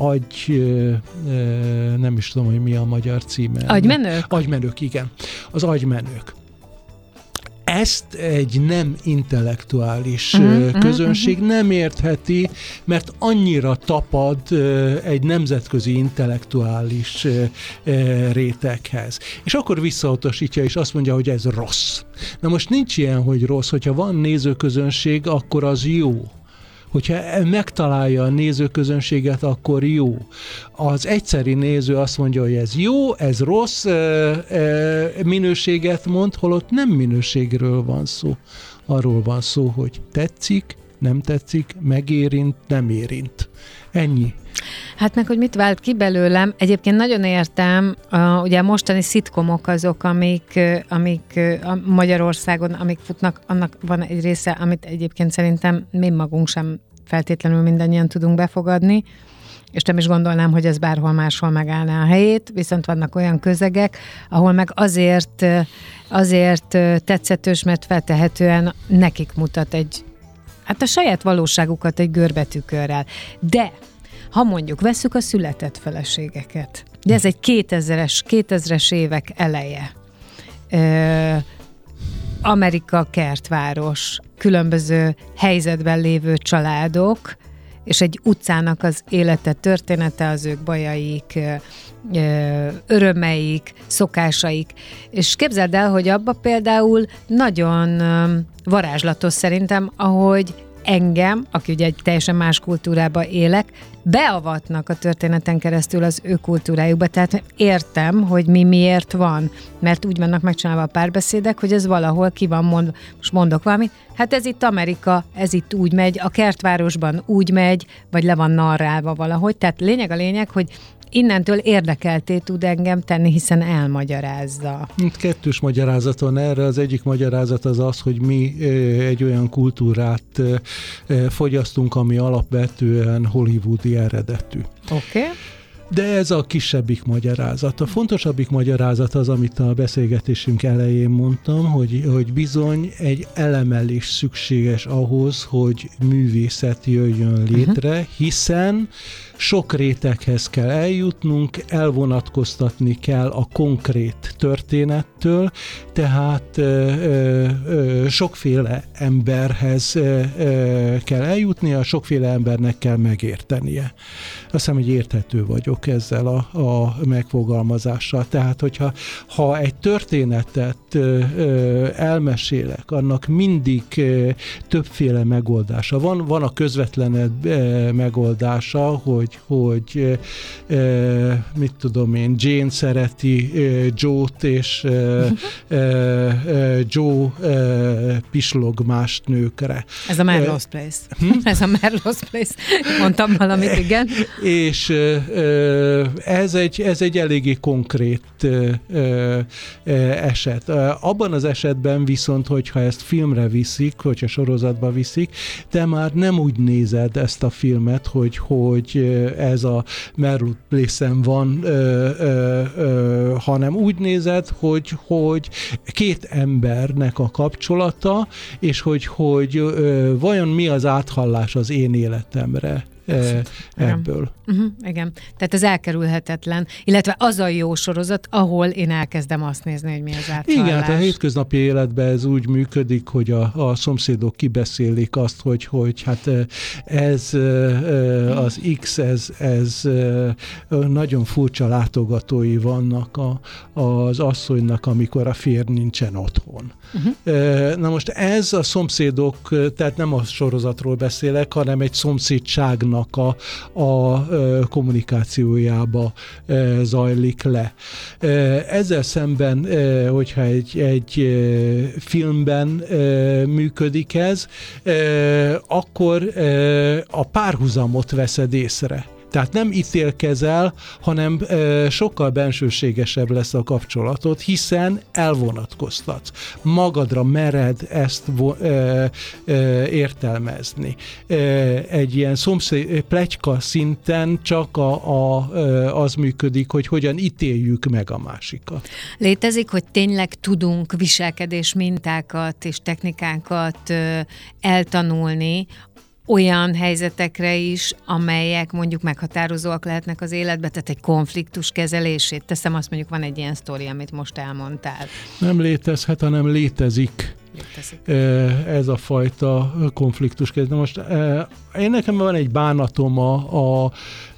nem is tudom, hogy mi a magyar címe. Agymenők? Agymenők, igen. Az Agymenők. Ezt egy nem intellektuális közönség nem értheti, mert annyira tapad egy nemzetközi intellektuális réteghez. És akkor visszautasítja, és azt mondja, hogy ez rossz. Na most nincs ilyen, hogy rossz, hogyha van nézőközönség, akkor az jó. Hogyha megtalálja a nézőközönséget, akkor jó. Az egyszeri néző azt mondja, hogy ez jó, ez rossz minőséget mond, holott nem minőségről van szó. Arról van szó, hogy tetszik, nem tetszik, megérint, nem érint. Ennyi. Hát meg, hogy mit vált ki belőlem, egyébként nagyon értem, ugye a mostani szitkomok azok, amik Magyarországon, amik futnak, annak van egy része, amit egyébként szerintem mi magunk sem feltétlenül mindannyian tudunk befogadni, és nem is gondolnám, hogy ez bárhol máshol megállná a helyét, viszont vannak olyan közegek, ahol meg azért tetszetős, mert feltehetően nekik mutat a saját valóságukat egy görbetükörrel. De ha mondjuk vesszük a született feleségeket, de ez egy 2000-es évek eleje. Amerika kertváros, különböző helyzetben lévő családok, és egy utcának az élete, története, az ők bajaik, örömeik, szokásaik. És képzeld el, hogy abba például nagyon varázslatos szerintem, ahogy engem, aki ugye egy teljesen más kultúrába élek, beavatnak a történeten keresztül az ő kultúrájukba. Tehát értem, hogy mi miért van, mert úgy vannak megcsinálva a párbeszédek, hogy ez valahol ki van mondva. Most mondok valamit, hát ez itt Amerika, ez itt úgy megy, a kertvárosban úgy megy, vagy le van narrálva valahogy. Tehát lényeg, hogy innentől érdekelté tud engem tenni, hiszen elmagyarázza. Kettős magyarázat van erre. Az egyik magyarázat az, hogy mi egy olyan kultúrát fogyasztunk, ami alapvetően hollywoodi eredetű. Oké. De ez a kisebbik magyarázat. A fontosabbik magyarázat az, amit a beszélgetésünk elején mondtam, hogy bizony egy elemelés szükséges ahhoz, hogy művészet jöjjön létre, hiszen sok réteghez kell eljutnunk, elvonatkoztatni kell a konkrét történettől, tehát sokféle emberhez kell eljutnia, sokféle embernek kell megértenie. Azt hiszem, hogy érthető vagyok ezzel a megfogalmazással. Tehát, hogyha egy történetet elmesélek, annak mindig többféle megoldása van. Van a közvetlenebb megoldása, hogy mit tudom én, Jane szereti Joe-t, és Joe pislog más nőkre. Ez a Melrose Place. Ez a Melrose Place. Mondtam valamit, igen. És ez egy eléggé konkrét eset. Abban az esetben viszont, hogyha ezt filmre viszik, hogyha sorozatba viszik, te már nem úgy nézed ezt a filmet, hogy ez a Melrose Place-en van, hanem úgy nézed, hogy két embernek a kapcsolata, és hogy vajon mi az áthallás az én életemre ebből. Igen. Tehát ez elkerülhetetlen, illetve az a jó sorozat, ahol én elkezdem azt nézni, hogy mi az áthallás. Igen, a hétköznapi életben ez úgy működik, hogy a szomszédok kibeszélik azt, hogy hát ez az X, ez nagyon furcsa látogatói vannak az asszonynak, amikor a férj nincsen otthon. Na most ez a szomszédok, tehát nem a sorozatról beszélek, hanem egy szomszédságnak a kommunikációjába zajlik le. Ezzel szemben, hogyha egy filmben működik ez, akkor a párhuzamot veszed észre. Tehát nem ítélkezel, hanem sokkal bensőségesebb lesz a kapcsolatod, hiszen elvonatkoztatsz. Magadra mered ezt értelmezni. Egy ilyen pletyka szinten csak az működik, hogy hogyan ítéljük meg a másikat. Létezik, hogy tényleg tudunk viselkedés mintákat és technikákat eltanulni, olyan helyzetekre is, amelyek mondjuk meghatározóak lehetnek az életben, tehát egy konfliktus kezelését. Teszem azt, mondjuk van egy ilyen sztori, amit most elmondtál. Nem létezhet, hanem létezik. Ez a fajta konfliktus kezdve. Most én nekem van egy bánatom a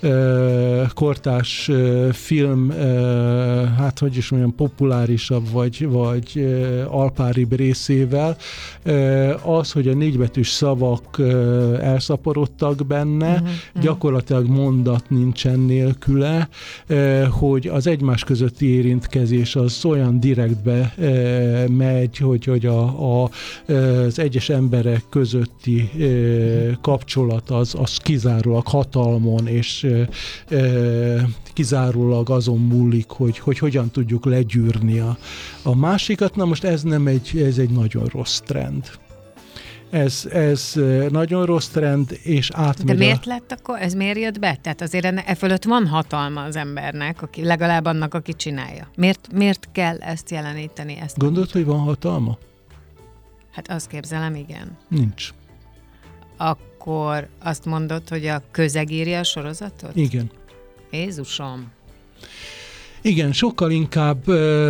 kortárs film, hát hogy is mondjam, populárisabb vagy alpáribb részével, az, hogy a négybetűs szavak elszaporodtak benne, gyakorlatilag mondat nincsen nélküle, hogy az egymás közötti érintkezés az olyan direktbe megy, hogy az egyes emberek közötti kapcsolat az kizárólag hatalmon, és kizárólag azon múlik, hogy hogyan tudjuk legyűrni a másikat. Na most ez egy nagyon rossz trend. Ez nagyon rossz trend, és átmegy. De miért lett akkor? Ez miért jött be? Tehát azért e fölött van hatalma az embernek, legalább annak, aki csinálja. Miért kell ezt jeleníteni? Gondolod, hogy van hatalma? Hát azt képzelem, igen. Nincs. Akkor azt mondod, hogy a közeg írja a sorozatot? Igen. Jézusom! Igen, sokkal inkább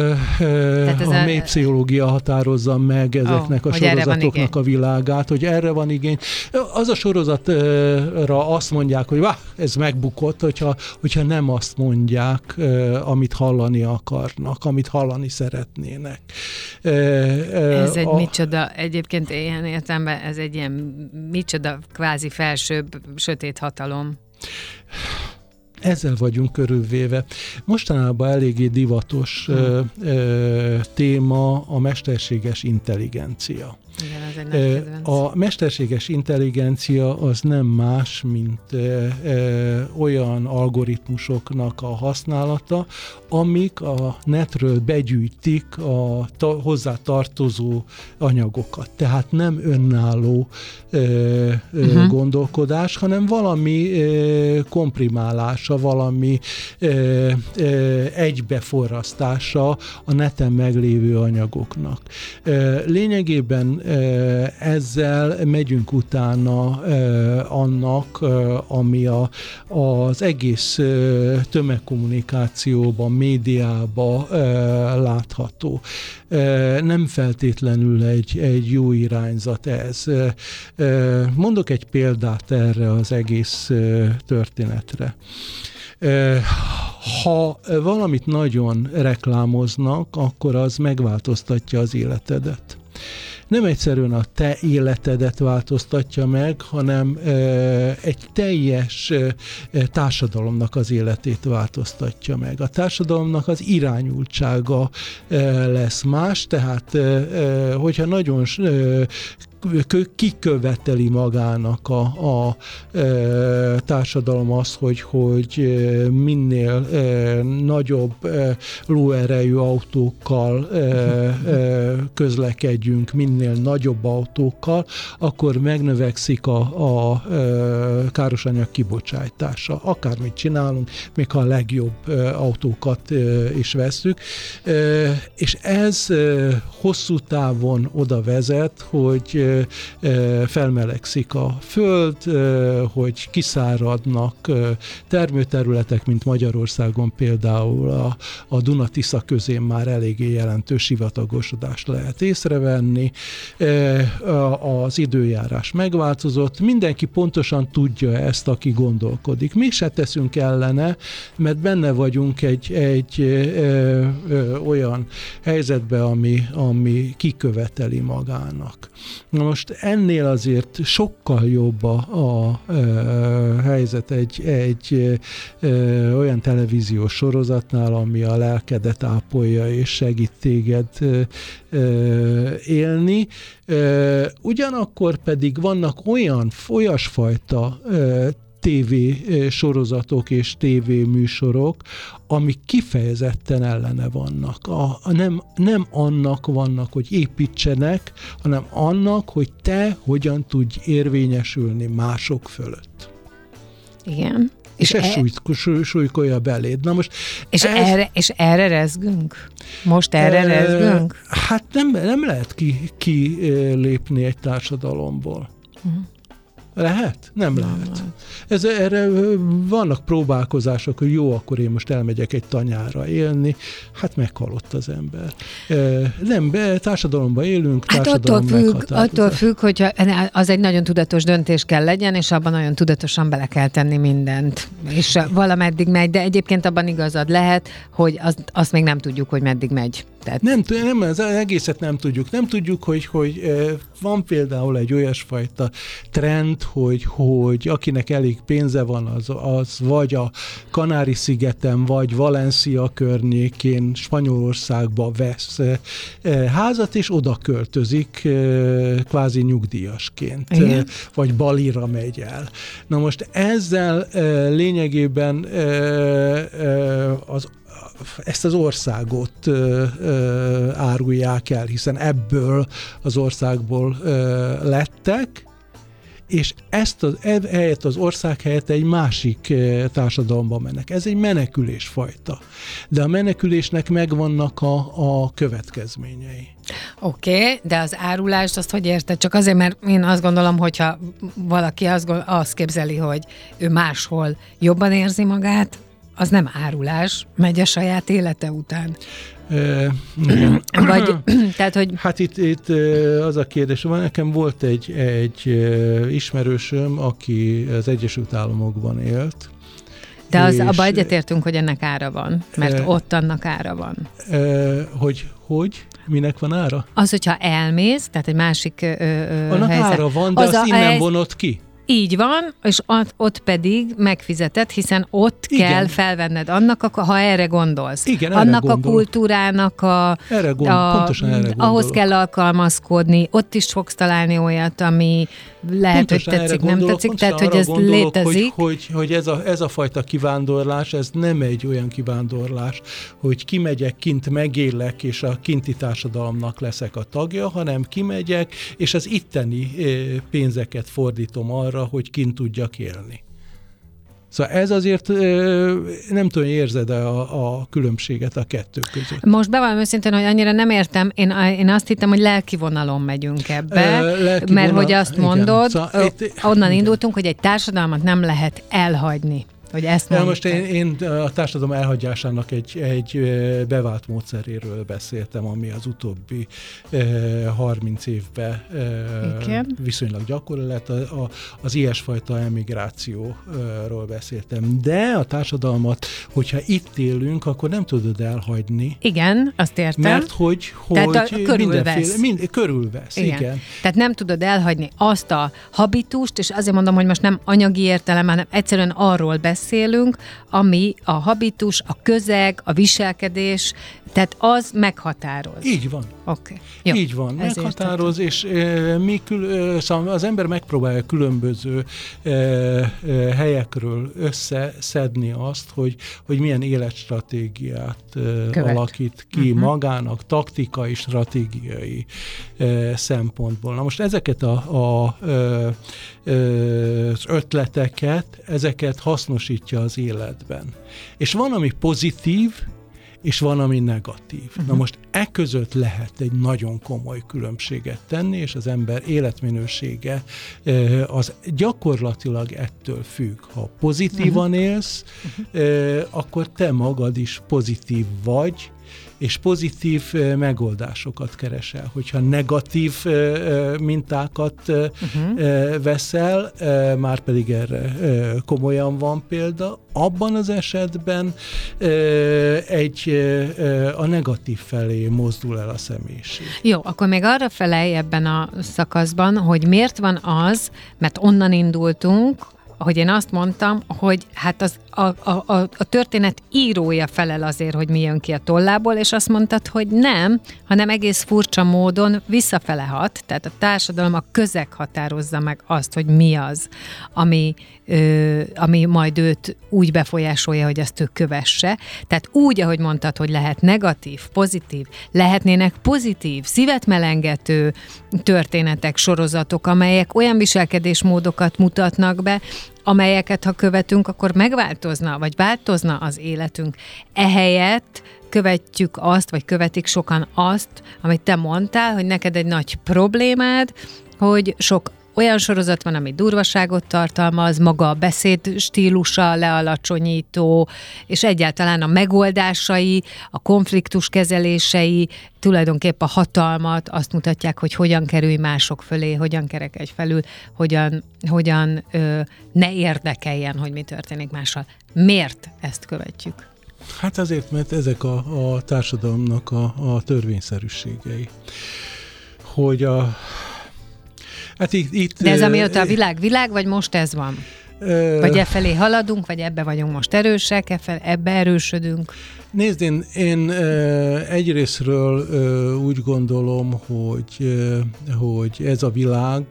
a mély pszichológia határozza meg ezeknek a sorozatoknak a világát, hogy erre van igény. Az a sorozatra azt mondják, hogy ez megbukott, hogyha nem azt mondják, amit hallani akarnak, amit hallani szeretnének. Ez egy micsoda, egyébként ilyen értelemben ez egy ilyen micsoda kvázi felsőbb sötét hatalom. Ezzel vagyunk körülvéve. Mostanában eléggé divatos téma a mesterséges intelligencia. Igen, ez egy nagy kedvenc. A mesterséges intelligencia az nem más, mint olyan algoritmusoknak a használata, amik a netről begyűjtik a hozzá tartozó anyagokat. Tehát nem önálló gondolkodás, hanem valami komprimálása, valami egybeforrasztása a neten meglévő anyagoknak. Lényegében ezzel megyünk utána annak, ami az egész tömegkommunikációban, médiában látható. Nem feltétlenül egy jó irányzat ez. Mondok egy példát erre az egész történetre. Ha valamit nagyon reklámoznak, akkor az megváltoztatja az életedet. Nem egyszerűen a te életedet változtatja meg, hanem egy teljes társadalomnak az életét változtatja meg. A társadalomnak az irányultsága lesz más, tehát hogyha nagyon kiköveteli magának a társadalom az, hogy minél nagyobb lóerejű autókkal közlekedjünk, minél nagyobb autókkal, akkor megnövekszik a károsanyag kibocsátása. Akármit csinálunk, még ha a legjobb autókat is vesszük. És ez hosszú távon oda vezet, hogy felmelegszik a föld, hogy kiszáradnak termőterületek, mint Magyarországon például a Duna-Tisza közén már eléggé jelentős sivatagosodást lehet észrevenni, az időjárás megváltozott, mindenki pontosan tudja ezt, aki gondolkodik. Mi se teszünk ellene, mert benne vagyunk egy olyan helyzetben, ami kiköveteli magának. Na most ennél azért sokkal jobb a helyzet egy olyan televíziós sorozatnál, ami a lelkedet ápolja és segít téged élni. Ugyanakkor pedig vannak olyasfajta TV sorozatok és TV műsorok, amik kifejezetten ellene vannak. Nem annak vannak, hogy építsenek, hanem annak, hogy te hogyan tudj érvényesülni mások fölött. Igen. És ez súlykolja beléd. Na most és erre rezgünk? Most erre rezgünk? Hát nem lehet kilépni egy társadalomból. Lehet? Nem lehet. Erre vannak próbálkozások, hogy jó, akkor én most elmegyek egy tanyára élni. Hát meghalott az ember. Nem, társadalomban élünk, társadalom meghatározza. Attól függ, hogyha az egy nagyon tudatos döntés kell legyen, és abban nagyon tudatosan bele kell tenni mindent. És valameddig megy, de egyébként abban igazad lehet, hogy azt még nem tudjuk, hogy meddig megy. Tehát... Nem, az egészet nem tudjuk. Nem tudjuk, hogy van például egy olyasfajta trend, hogy akinek elég pénze van, az vagy a Kanári-szigeten, vagy Valencia környékén, Spanyolországba vesz házat, és oda költözik kvázi nyugdíjasként. Igen? Vagy Balira megy el. Na most ezzel lényegében ezt az országot árulják el, hiszen ebből az országból lettek, és helyett az ország helyett egy másik társadalomba mennek. Ez egy menekülésfajta. De a menekülésnek megvannak a következményei. Oké, de az árulást azt hogy érted? Csak azért, mert én azt gondolom, hogyha valaki azt képzeli, hogy ő máshol jobban érzi magát, az nem árulás, megy a saját élete után. Vagy, tehát, hogy... Hát itt az a kérdés, nekem volt egy ismerősöm, aki az Egyesült Államokban élt. De abban egyetértünk, hogy ennek ára van, mert ott annak ára van. Hogy? Minek van ára? Az, hogyha elmész, tehát egy másik annak helyzet. Ára van, de azt innen vonod ki. Így van, és ott pedig megfizetett, hiszen ott kell felvenned annak, ha erre gondolsz. Igen, annak erre a kultúrának pontosan erre gondolok. ahhoz kell alkalmazkodni, ott is fogsz találni olyat, ami lehet, pontosan hogy tetszik, nem tetszik, tehát hogy ez gondolok, létezik. Hogy ez a fajta kivándorlás, ez nem egy olyan kivándorlás, hogy kimegyek, kint megélek, és a kinti társadalomnak leszek a tagja, hanem kimegyek, és az itteni pénzeket fordítom arra, hogy kint tudjak élni. Szóval ez azért, nem tudom, érzed-e a különbséget a kettő között? Most bevallom őszintén, hogy annyira nem értem. Én azt hittem, hogy lelki vonalon megyünk ebbe, mert hogy azt mondod, szóval onnan indultunk, hogy egy társadalmat nem lehet elhagyni. Hogy ezt most én a társadalom elhagyásának egy bevált módszeréről beszéltem, ami az utóbbi 30 évben viszonylag gyakori lett. Az ilyesfajta emigrációról beszéltem. De a társadalmat, hogyha itt élünk, akkor nem tudod elhagyni. Igen, azt értem. Mert hogy körülvesz. Igen. Tehát nem tudod elhagyni azt a habitust, és azért mondom, hogy most nem anyagi értelemben, hanem egyszerűen arról beszélünk, ami a habitus, a közeg, a viselkedés, tehát az meghatároz. Így van. Okay. Így van, meghatároz, és szóval az ember megpróbálja különböző helyekről összeszedni azt, hogy milyen életstratégiát alakít ki magának, taktikai, stratégiai szempontból. Na most ezeket az ötleteket, ezeket hasznosítja az életben. És van, ami pozitív, és van, ami negatív. Na most között lehet egy nagyon komoly különbséget tenni, és az ember életminősége az gyakorlatilag ettől függ. Ha pozitívan élsz, akkor te magad is pozitív vagy, és pozitív megoldásokat keresel. Hogyha negatív mintákat veszel, már pedig erre komolyan van példa, abban az esetben a negatív felé mozdul el a személyiség. Jó, akkor még arra felej ebben a szakaszban, hogy miért van az, mert onnan indultunk, hogy én azt mondtam, hogy hát a történet írója felel azért, hogy mi jön ki a tollából, és azt mondtad, hogy nem, hanem egész furcsa módon visszafele hat, tehát a társadalom, a közeg határozza meg azt, hogy mi az, ami majd őt úgy befolyásolja, hogy ezt ő kövesse. Tehát úgy, ahogy mondtad, hogy lehet negatív, pozitív, lehetnének pozitív, szívet melengető történetek, sorozatok, amelyek olyan viselkedésmódokat mutatnak be, amelyeket ha követünk, akkor megváltozna, vagy változna az életünk. Ehelyett követjük azt, vagy követik sokan azt, amit te mondtál, hogy neked egy nagy problémád, hogy sok olyan sorozat van, ami durvaságot tartalmaz, maga a beszéd stílusa lealacsonyító, és egyáltalán a megoldásai, a konfliktus kezelései, tulajdonképp a hatalmat azt mutatják, hogy hogyan kerülj mások fölé, hogyan kerekedj felül, hogyan ne érdekeljen, hogy mi történik mással. Miért ezt követjük? Hát azért, mert ezek a társadalomnak a törvényszerűségei. Hogy hát itt, de ez amióta a világ, vagy most ez van? Vagy felé haladunk, vagy ebbe vagyunk most erősek, ebbe erősödünk? Nézd, én egyrészről úgy gondolom, hogy ez a világ,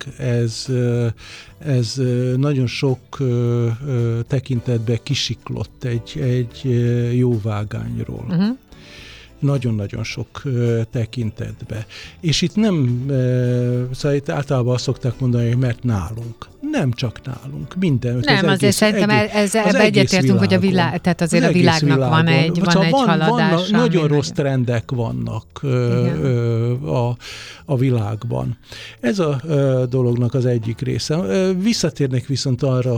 ez nagyon sok tekintetben kisiklott egy jó vágányról. Nagyon-nagyon sok tekintetbe. És itt nem, szóval itt általában azt szokták mondani, hogy mert nálunk. Nem csak nálunk, mindenütt. Nem, azért szerintem ebbe egyetértünk, hogy a világ, tehát azért a világnak van egy haladása. Nagyon rossz trendek vannak a világban. Ez a dolognak az egyik része. Visszatérnek viszont arra,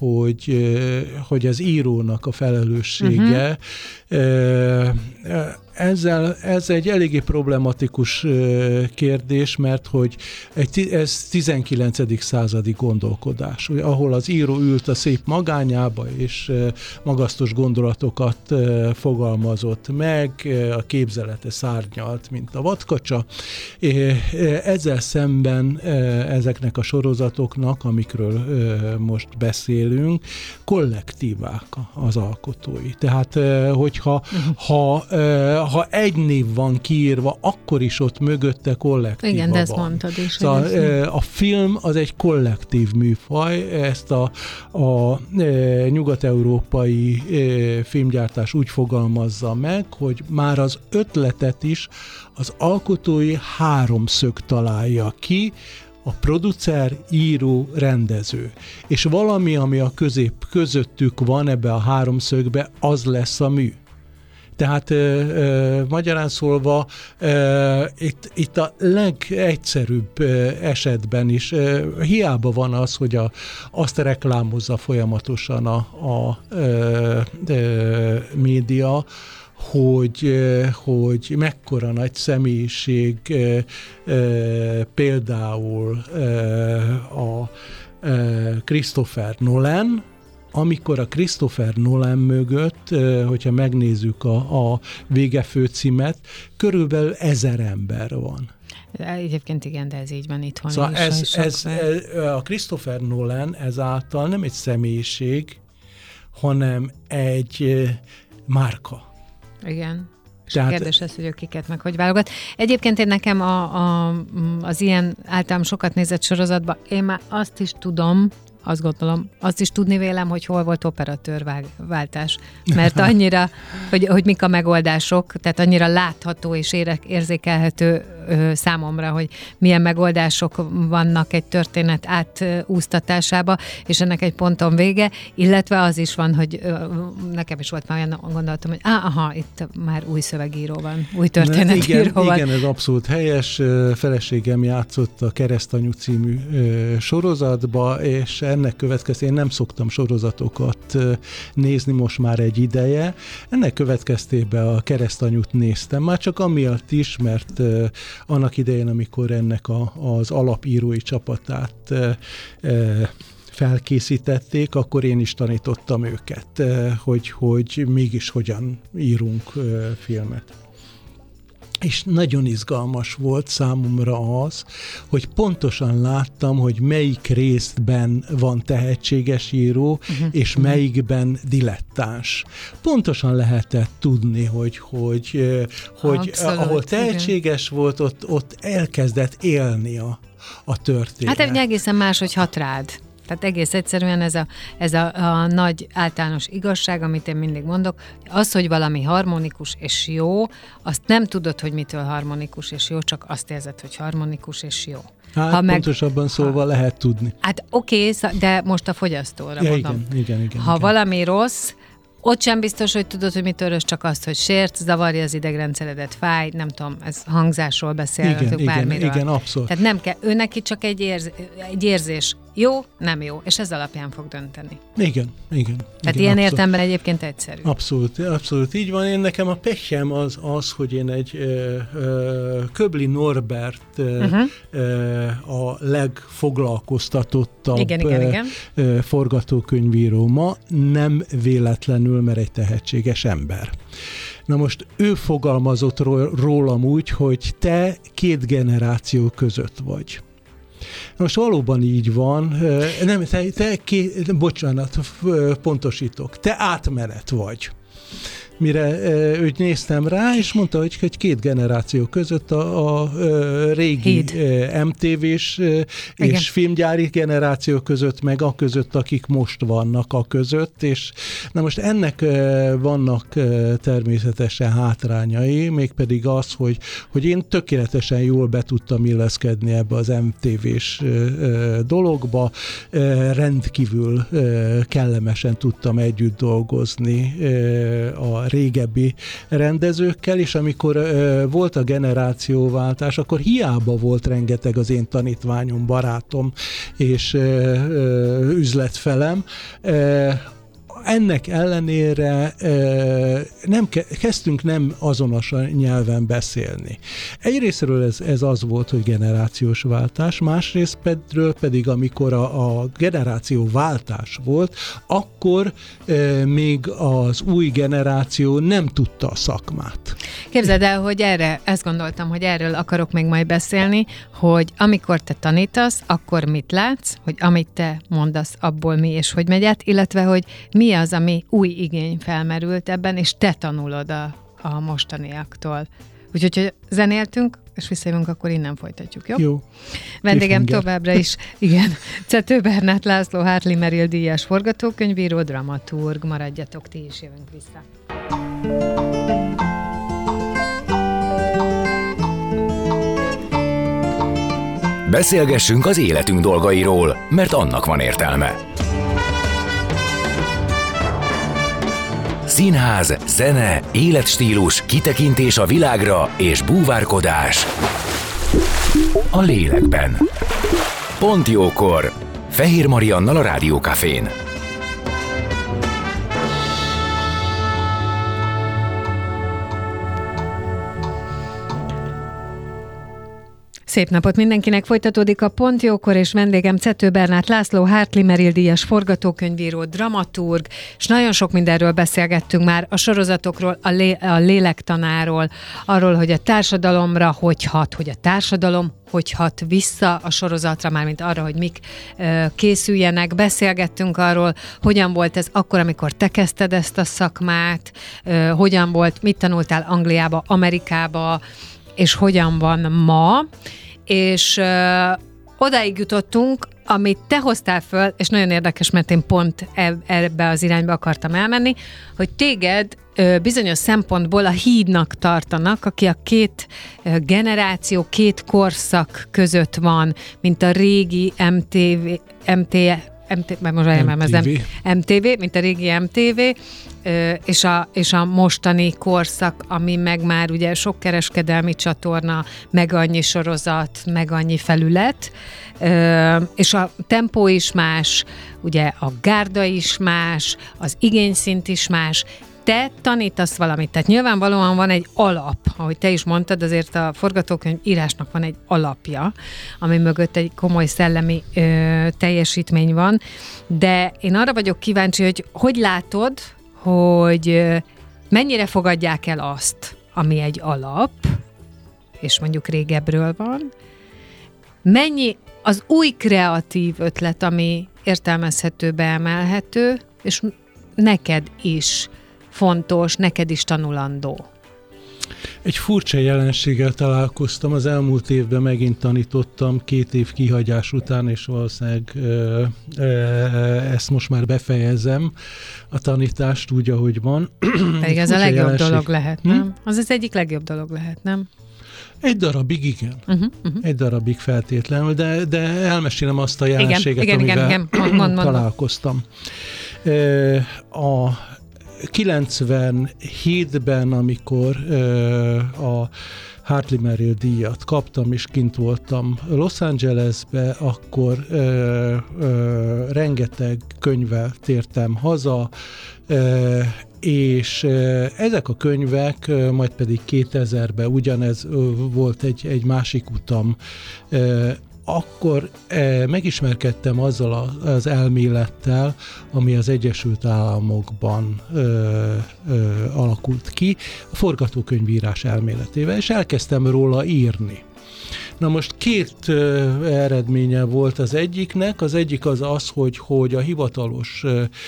hogy az írónak a felelőssége, Ez egy eléggé problematikus kérdés, mert hogy ez 19. századi gondolkodás, ahol az író ült a szép magányába, és magasztos gondolatokat fogalmazott meg, a képzelete szárnyalt, mint a vadkacsa. Ezzel szemben ezeknek a sorozatoknak, amikről most beszélünk, kollektívák az alkotói. Tehát, hogyha ha egy név van kiírva, akkor is ott mögötte kollektíva igen, de ezt van. mondtad is. Szóval a film az egy kollektív műfaj, ezt a nyugat-európai filmgyártás úgy fogalmazza meg, hogy már az ötletet is az alkotói háromszög találja ki, a producer, író, rendező. És valami, ami a közöttük van ebbe a háromszögbe, az lesz a mű. Tehát magyarán szólva itt a legegyszerűbb esetben is hiába van az, hogy azt reklámozza folyamatosan a média, hogy mekkora nagy személyiség például a Christopher Nolan, amikor a Christopher Nolan mögött, hogyha megnézzük a végefőcímet, körülbelül 1000 ember van. Egyébként igen, de ez így van itthon szóval is. A Christopher Nolan ezáltal nem egy személyiség, hanem egy márka. Igen. És tehát, kérdés ez, hogy ő kiket meg hogy válogat. Egyébként én nekem az ilyen általán sokat nézett sorozatban, én már azt is tudom, azt gondolom, azt is tudni vélem, hogy hol volt operatőrváltás. Mert annyira, hogy mik a megoldások, tehát annyira látható és érzékelhető számomra, hogy milyen megoldások vannak egy történet átúsztatásába, és ennek egy ponton vége, illetve az is van, hogy nekem is volt már olyan gondolatom, hogy itt már új szövegíró van, új történetíró van. Igen, ez abszolút helyes. Feleségem játszott a Keresztanyú című sorozatba, és ennek következtében én nem szoktam sorozatokat nézni most már egy ideje. Ennek következtében a Keresztanyút néztem, már csak amiatt is, mert annak idején, amikor ennek az alapírói csapatát felkészítették, akkor én is tanítottam őket, hogy mégis hogyan írunk filmet. És nagyon izgalmas volt számomra az, hogy pontosan láttam, hogy melyik részben van tehetséges író, és melyikben dilettáns. Pontosan lehetett tudni, hogy ahol tehetséges volt, ott elkezdett élni a történet. Hát egészen más, hogy hat rád. Tehát egész egyszerűen ez a nagy általános igazság, amit én mindig mondok, az, hogy valami harmonikus és jó, azt nem tudod, hogy mitől harmonikus és jó, csak azt érzed, hogy harmonikus és jó. Hát pontosabban szólva lehet tudni. Hát oké, de most a fogyasztóra mondom. Igen. Ha valami rossz, ott sem biztos, hogy tudod, hogy mitől rossz, csak azt, hogy sért, zavarja az idegrendszeredet, fáj, nem tudom, ez hangzásról beszélhetünk bármiről. Igen, abszolút. Tehát nem kell, ő neki csak egy érzés. Jó, nem jó, és ez alapján fog dönteni. Igen. Tehát ilyen értelemben egyébként egyszerű. Abszolút így van. Én nekem a pechem az, hogy én egy Köbli Norbert a legfoglalkoztatottabb igen. forgatókönyvíró ma, nem véletlenül, mert egy tehetséges ember. Na most ő fogalmazott rólam úgy, hogy te 2 generáció között vagy. Most valóban így van, pontosítok, te átmenet vagy. Mire őt néztem rá, és mondta, hogy 2 generáció között a régi MTV-s és filmgyári generáció között, meg a között, akik most vannak a között, és na most ennek vannak természetesen hátrányai, mégpedig az, hogy én tökéletesen jól be tudtam illeszkedni ebbe az MTV-s dologba, rendkívül kellemesen tudtam együtt dolgozni a régebbi rendezőkkel, és amikor volt a generációváltás, akkor hiába volt rengeteg az én tanítványom, barátom és üzletfelem, ennek ellenére kezdtünk nem azonos nyelven beszélni. Egyrésztről ez az volt, hogy generációs váltás, másrészt pedig amikor a generációváltás volt, akkor még az új generáció nem tudta a szakmát. Képzeld el, hogy ezt gondoltam, hogy erről akarok még majd beszélni, hogy amikor te tanítasz, akkor mit látsz, hogy amit te mondasz, abból mi és hogy megy át, illetve hogy mi az, ami új igény felmerült ebben, és te tanulod a mostaniaktól. Úgyhogy, hogy zenéltünk, és visszajövünk, akkor innen folytatjuk, jó? Jó. Vendégem továbbra is, igen, Czető Bernát László, Hartley Merrill díjas forgatókönyvíró, dramaturg. Maradjatok, ti is, jövünk vissza. Beszélgessünk az életünk dolgairól, mert annak van értelme. Színház, zene, életstílus, kitekintés a világra és búvárkodás a lélekben. Pont jókor! Fehér Mariannal a Rádió Cafén. Szép napot mindenkinek, folytatódik a Pont jókor, és vendégem Czető Bernát László, Hartley Merrill díjas forgatókönyvíró, dramaturg, és nagyon sok mindenről beszélgettünk már, a sorozatokról, a lélektanáról, arról, hogy a társadalomra hogy hat, hogy a társadalom hogy hat vissza a sorozatra, mármint arra, hogy mik készüljenek. Beszélgettünk arról, hogyan volt ez akkor, amikor te kezdted ezt a szakmát, hogyan volt, mit tanultál Angliába, Amerikába, és hogyan van ma, és odáig jutottunk, amit te hoztál föl, és nagyon érdekes, mert én pont ebbe az irányba akartam elmenni, hogy téged bizonyos szempontból a hídnak tartanak, aki a két generáció, két korszak között van, mint a régi MTV, mint a régi MTV, és a mostani korszak, ami meg már ugye sok kereskedelmi csatorna, meg annyi sorozat, meg annyi felület, és a tempó is más, ugye a gárda is más, az igényszint is más. Te tanítasz valamit, tehát nyilvánvalóan van egy alap, ahogy te is mondtad, azért a forgatókönyv írásnak van egy alapja, ami mögött egy komoly szellemi teljesítmény van, de én arra vagyok kíváncsi, hogy látod, hogy mennyire fogadják el azt, ami egy alap, és mondjuk régebről van, mennyi az új kreatív ötlet, ami értelmezhető, beemelhető, és neked is fontos, neked is tanulandó. Egy furcsa jelenséggel találkoztam, az elmúlt évben megint tanítottam 2 év kihagyás után, és valószínűleg ezt most már befejezem, a tanítást úgy, ahogy van. Pedig ez a legjobb dolog lehet, nem? Az egyik legjobb dolog lehet, nem? Egy darabig igen. Egy darabig feltétlenül, de elmesélem azt a jelenséget, amivel találkoztam. A 97-ben, amikor a Hartley Merrill díjat kaptam, és kint voltam Los Angelesbe, akkor rengeteg könyvvel tértem haza, és ezek a könyvek, majd pedig 2000-ben ugyanez volt egy másik utam, akkor megismerkedtem azzal az elmélettel, ami az Egyesült Államokban alakult ki, a forgatókönyvírás elméletével, és elkezdtem róla írni. Na most 2 eredménye volt az egyiknek. Az egyik az, hogy a hivatalos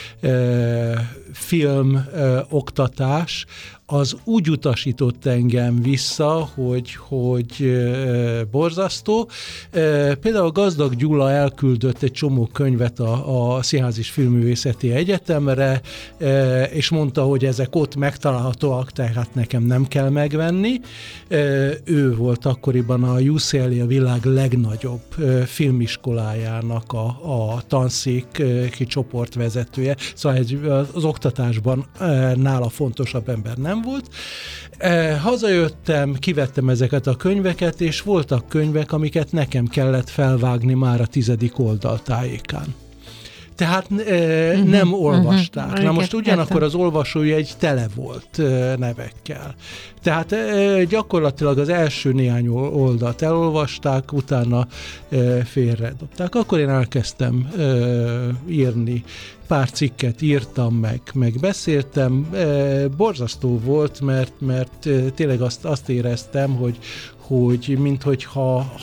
film oktatás az úgy utasított engem vissza, hogy borzasztó. Például a Gazdag Gyula elküldött egy csomó könyvet a Színház és Filmművészeti Egyetemre, és mondta, hogy ezek ott megtalálhatóak, tehát nekem nem kell megvenni. Ő volt akkoriban a UCLA, a világ legnagyobb filmiskolájának a tanszéki csoportvezetője, szóval az oktatásban nála fontosabb ember nem volt. Hazajöttem, kivettem ezeket a könyveket, és voltak könyvek, amiket nekem kellett felvágni már a 10. oldal tájékán. Tehát nem olvasták. Na most ugyanakkor az olvasójegy tele volt nevekkel. Tehát gyakorlatilag az első néhány oldalt elolvasták, utána félredobták. Akkor én elkezdtem írni, pár cikket írtam, meg beszéltem. Borzasztó volt, mert tényleg azt éreztem, hogy minthogyha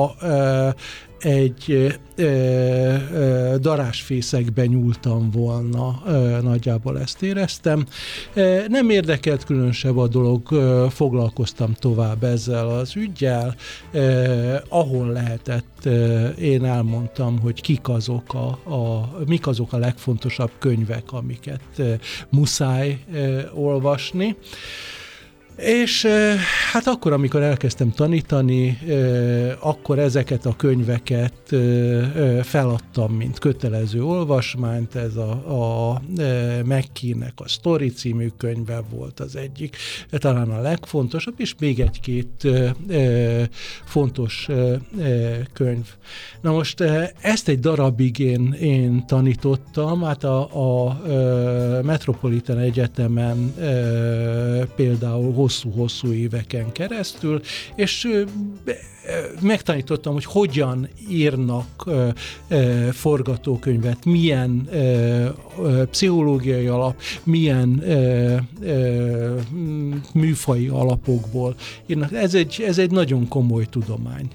egy darásfészekbe nyúltam volna, nagyjából ezt éreztem. Nem érdekelt különösebb a dolog, foglalkoztam tovább ezzel az üggyel. Ahol lehetett, én elmondtam, hogy mik azok a legfontosabb könyvek, amiket muszáj olvasni. És hát akkor, amikor elkezdtem tanítani, akkor ezeket a könyveket feladtam, mint kötelező olvasmányt. Ez a McKee-nek a Story című könyve volt az egyik, talán a legfontosabb, és még egy-két fontos könyv. Na most ezt egy darabig én tanítottam, hát a Metropolitan Egyetemen például hosszú-hosszú éveken keresztül, és megtanítottam, hogy hogyan írnak forgatókönyvet, milyen pszichológiai alap, milyen műfaji alapokból írnak. Ez egy nagyon komoly tudomány.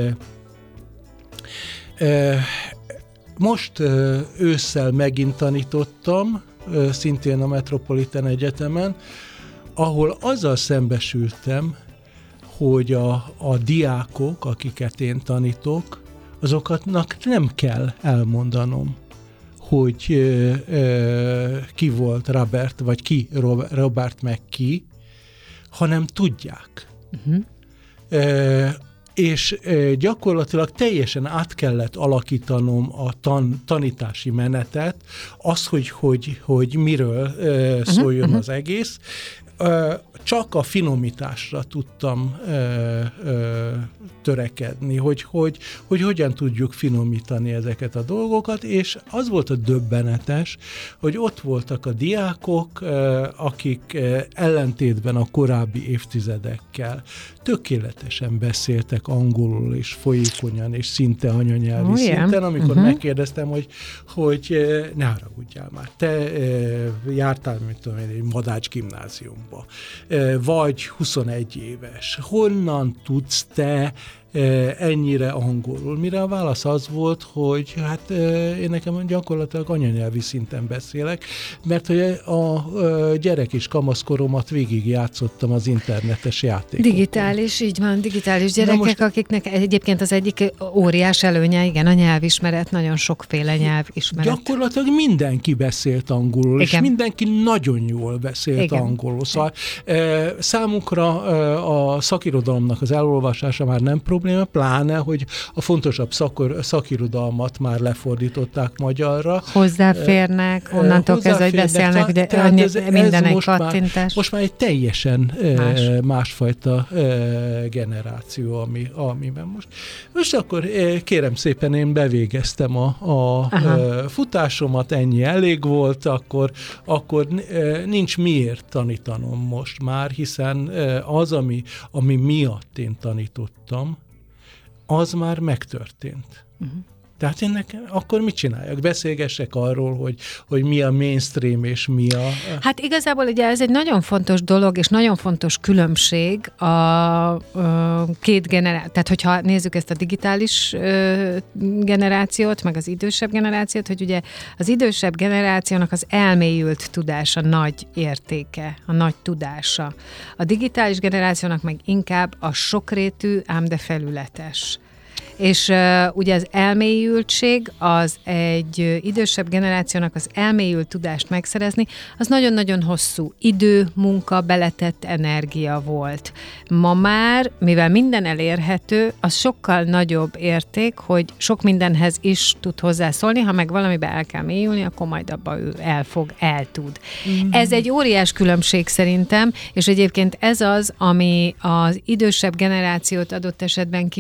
Most ősszel megint tanítottam, szintén a Metropolitan Egyetemen, ahol azzal szembesültem, hogy a diákok, akiket én tanítok, azoknak nem kell elmondanom, hogy ki volt Robert, vagy ki Robert McKee, hanem tudják. És gyakorlatilag teljesen át kellett alakítanom a tanítási menetet, az, hogy miről szóljon az egész. Csak a finomításra tudtam törekedni, hogy hogyan tudjuk finomítani ezeket a dolgokat, és az volt a döbbenetes, hogy ott voltak a diákok, akik ellentétben a korábbi évtizedekkel tökéletesen beszéltek angolul, és folyékonyan, és szinte anyanyelvi szinten, amikor megkérdeztem, hogy ne haragudjál már, te jártál, mint tudom én, egy Madács gimnáziumba, vagy 21 éves. Honnan tudsz te ennyire angolul? Mire a válasz az volt, hogy hát én nekem gyakorlatilag anyanyelvi szinten beszélek, mert hogy a gyerek és kamaszkoromat végig játszottam az internetes játékokon. Digitális, így van, digitális gyerekek, akiknek egyébként az egyik óriás előnye, igen, a nyelvismeret, nagyon sokféle nyelvismeret. Gyakorlatilag mindenki beszélt angolul, igen. És mindenki nagyon jól beszélt igen. angolul. Szóval számunkra a szakirodalomnak az elolvasása már nem probléma, pláne, hogy a fontosabb szakirodalmat már lefordították magyarra. Hozzáférnek, onnantól kezdve, hogy beszélnek, de minden egy kattintás. Most már egy teljesen másfajta generáció, amiben most. Most akkor kérem szépen, én bevégeztem a futásomat, ennyi elég volt, akkor nincs miért tanítanom most már, hiszen az, ami miatt én tanítottam, az már megtörtént. Tehát én akkor mit csináljak? Beszélgessek arról, hogy mi a mainstream és mi a... Hát igazából ugye ez egy nagyon fontos dolog, és nagyon fontos különbség a két generáció. Tehát hogyha nézzük ezt a digitális generációt, meg az idősebb generációt, hogy ugye az idősebb generációnak az elmélyült tudása nagy értéke, a nagy tudása. A digitális generációnak meg inkább a sokrétű, ám de felületes. És ugye az elmélyültség, az egy idősebb generációnak az elmélyült tudást megszerezni, az nagyon-nagyon hosszú idő, munka, beletett energia volt. Ma már, mivel minden elérhető, az sokkal nagyobb érték, hogy sok mindenhez is tud hozzászólni, ha meg valamiben el kell mélyülni, akkor majd abba ő el tud. Ez egy óriás különbség szerintem, és egyébként ez az, ami az idősebb generációt adott esetben kicsit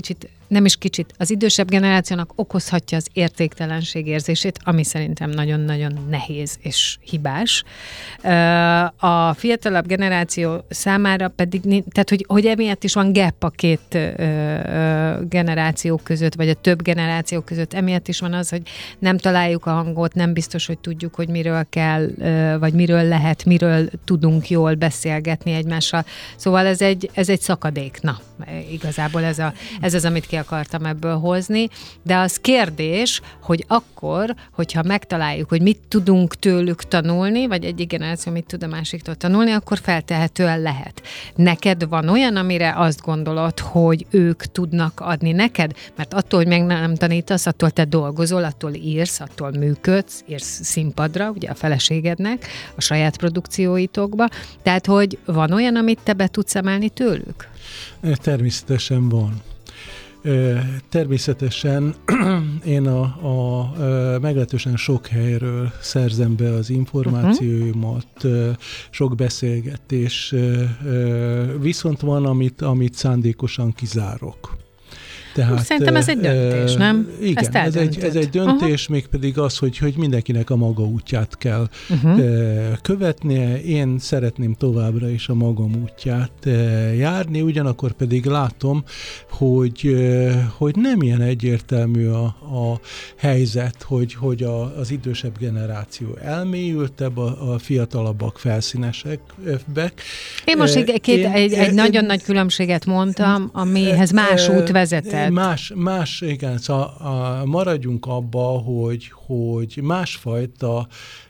nem is kicsit, az idősebb generációnak okozhatja az értéktelenség érzését, ami szerintem nagyon-nagyon nehéz és hibás. A fiatalabb generáció számára pedig, tehát hogy emiatt is van gap a két generáció között, vagy a több generáció között, emiatt is van az, hogy nem találjuk a hangot, nem biztos, hogy tudjuk, hogy miről kell, vagy miről lehet, miről tudunk jól beszélgetni egymással. Szóval ez egy szakadék. Na, igazából ez az, amit ki akartam ebből hozni, de az kérdés, hogy akkor, hogyha megtaláljuk, hogy mit tudunk tőlük tanulni, vagy egyik generáció mit tud a másiktól tanulni, akkor feltehetően lehet. Neked van olyan, amire azt gondolod, hogy ők tudnak adni neked? Mert attól, hogy meg nem tanítasz, attól te dolgozol, attól írsz, attól működsz, írsz színpadra, ugye a feleségednek, a saját produkcióitokba. Tehát, hogy van olyan, amit te be tudsz emelni tőlük? Természetesen van. Természetesen én a meglehetősen sok helyről szerzem be az információimat, sok beszélgetés, viszont van, amit szándékosan kizárok. Tehát, szerintem ez egy döntés, nem? Igen, ez egy döntés, mégpedig az, hogy mindenkinek a maga útját kell követnie. Én szeretném továbbra is a magam útját járni, ugyanakkor pedig látom, hogy nem ilyen egyértelmű a helyzet, hogy az idősebb generáció elmélyültebb, a fiatalabbak felszínesebbek. Én most egy nagyon nagy különbséget mondtam, amihez más út vezetett. Más, igen, szóval maradjunk abba, hogy másfajta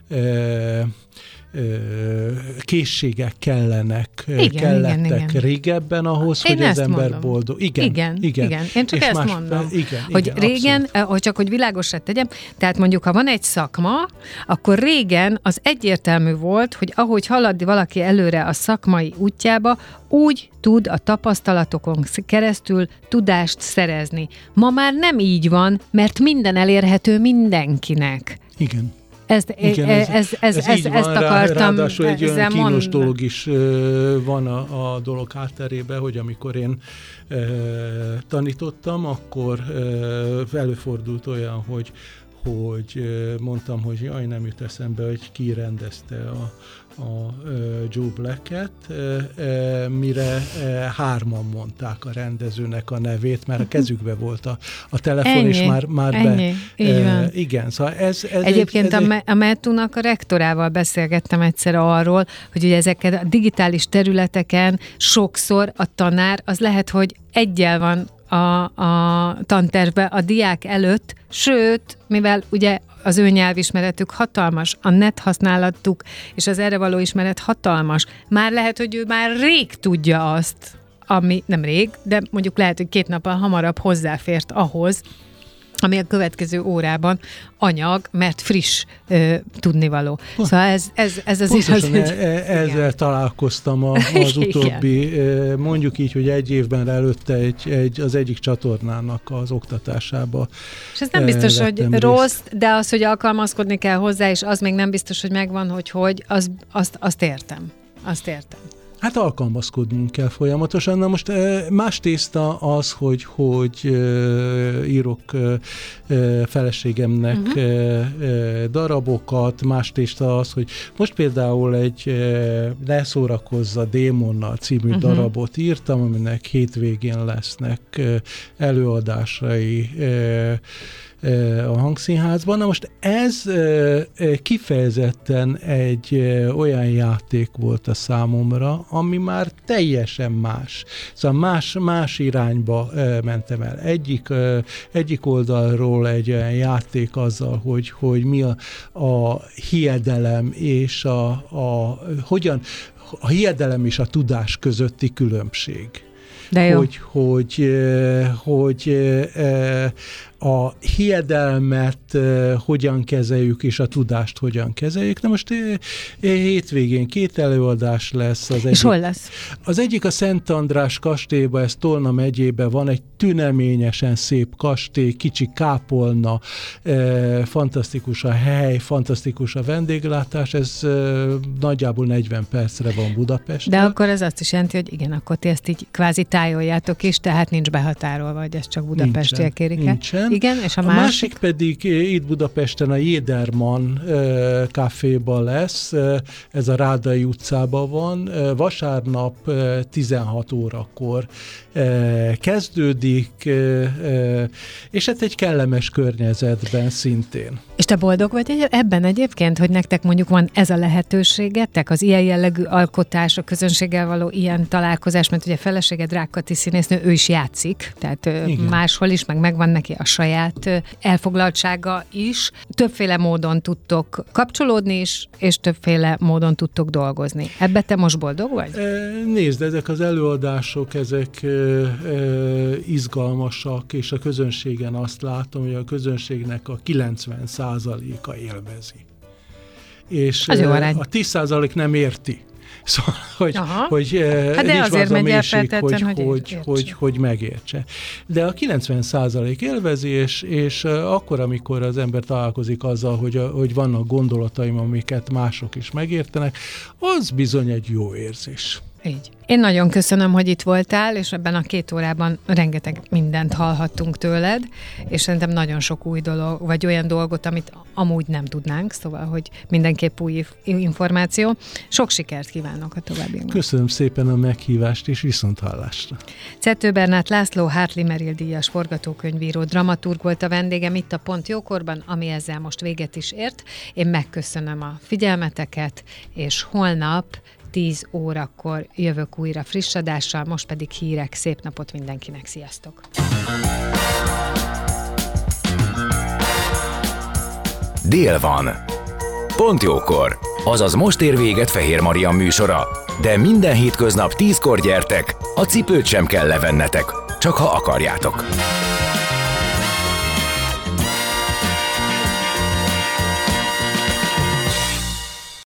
készségek kellettek igen. régebben ahhoz, hogy az ember mondom. Boldog. Igen. Én csak ezt mondom. Hogy régen, csak hogy világosra tegyem, tehát mondjuk, ha van egy szakma, akkor régen az egyértelmű volt, hogy ahogy halad valaki előre a szakmai útjába, úgy tud a tapasztalatokon keresztül tudást szerezni. Ma már nem így van, mert minden elérhető mindenkinek. Igen. Ezt akartam. Ráadásul egy olyan kínos dolog is van a dolog hátterében, hogy amikor én tanítottam, akkor előfordult olyan, hogy mondtam, hogy jaj, nem jut eszembe, hogy ki rendezte a Joe Black-et, mire hárman mondták a rendezőnek a nevét, mert a kezükbe volt a telefon, ennyi, és már ennyi, be. Igen, szóval ez egyébként a METU-nak a rektorával beszélgettem egyszer arról, hogy ugye ezeket a digitális területeken sokszor a tanár, az lehet, hogy eggyel van a tantervbe a diák előtt, sőt, mivel ugye az ő nyelvismeretük hatalmas, a net használatuk és az erre való ismeret hatalmas, már lehet, hogy ő már rég tudja azt, ami nem rég, de mondjuk lehet, hogy 2 nappal hamarabb hozzáfért ahhoz, ami a következő órában anyag, mert friss tudnivaló. Szóval ez azért ezzel találkoztam az utóbbi, mondjuk így, hogy egy évben előtte az egyik csatornának az oktatásába. És ez nem biztos, hogy rossz, de az, hogy alkalmazkodni kell hozzá, és az még nem biztos, hogy megvan, hogy azt értem. Azt értem. Hát alkalmazkodnunk kell folyamatosan. Na most más tészta az, hogy írok feleségemnek darabokat, más tészta az, hogy most például egy Ne szórakozz a démonnal című darabot írtam, aminek hétvégén lesznek előadásai a Hangszínházban. Na most ez kifejezetten egy olyan játék volt a számomra, ami már teljesen más. Szóval más irányba mentem el. Egyik oldalról egy olyan játék azzal, hogy mi a hiedelem és hogyan a hiedelem és a tudás közötti különbség. De jó. Hogy a hiedelmet hogyan kezeljük, és a tudást hogyan kezeljük. Na most hétvégén 2 előadás lesz. És hol lesz? Az egyik a Szent András kastélyban, ez Tolna megyében van, egy tüneményesen szép kastély, kicsi kápolna, fantasztikus a hely, fantasztikus a vendéglátás, ez nagyjából 40 percre van Budapesten. De akkor ez azt is jelenti, hogy igen, akkor ti ezt így kvázi tájoljátok is, tehát nincs behatárolva, hogy ez csak budapestiek kérik el. Nincsen. Igen, és a másik pedig itt Budapesten a Jéderman kávéban lesz, ez a Rádai utcában van, vasárnap 16 órakor kezdődik, és hát egy kellemes környezetben szintén. És te boldog vagy ebben egyébként, hogy nektek mondjuk van ez a lehetőségetek, az ilyen jellegű alkotás, a közönséggel való ilyen találkozás, mert ugye feleséged Rákkati színésznő, ő is játszik, tehát máshol is, meg megvan neki a saját elfoglaltsága is. Többféle módon tudtok kapcsolódni is, és többféle módon tudtok dolgozni. Ebbe te most boldog vagy? Nézd, ezek az előadások, ezek izgalmasak, és a közönségen azt látom, hogy a közönségnek a 90%-a élvezi. És a 10% nem érti. Szóval, hogy hát nincs az a mélység, hogy megértse. De a 90% élvezi, és akkor, amikor az ember találkozik azzal, hogy vannak gondolataim, amiket mások is megértenek, az bizony egy jó érzés. Így. Én nagyon köszönöm, hogy itt voltál, és ebben a 2 órában rengeteg mindent hallhattunk tőled, és szerintem nagyon sok új dolog, vagy olyan dolgot, amit amúgy nem tudnánk, szóval, hogy mindenképp új információ. Sok sikert kívánok a továbbiakban. Köszönöm szépen a meghívást, és viszonthallásra. Czettő Bernát László, Hartley Merrill díjas forgatókönyvíró, dramaturg volt a vendégem itt a Pont Jókorban, ami ezzel most véget is ért. Én megköszönöm a figyelmeteket, és holnap 10 órakor jövök újra friss adással, most pedig hírek, szép napot mindenkinek, sziasztok! Dél van. Pont jókor. Azaz most ér véget Fehér Marian műsora. De minden hétköznap 10-kor gyertek, a cipőt sem kell levennetek, csak ha akarjátok.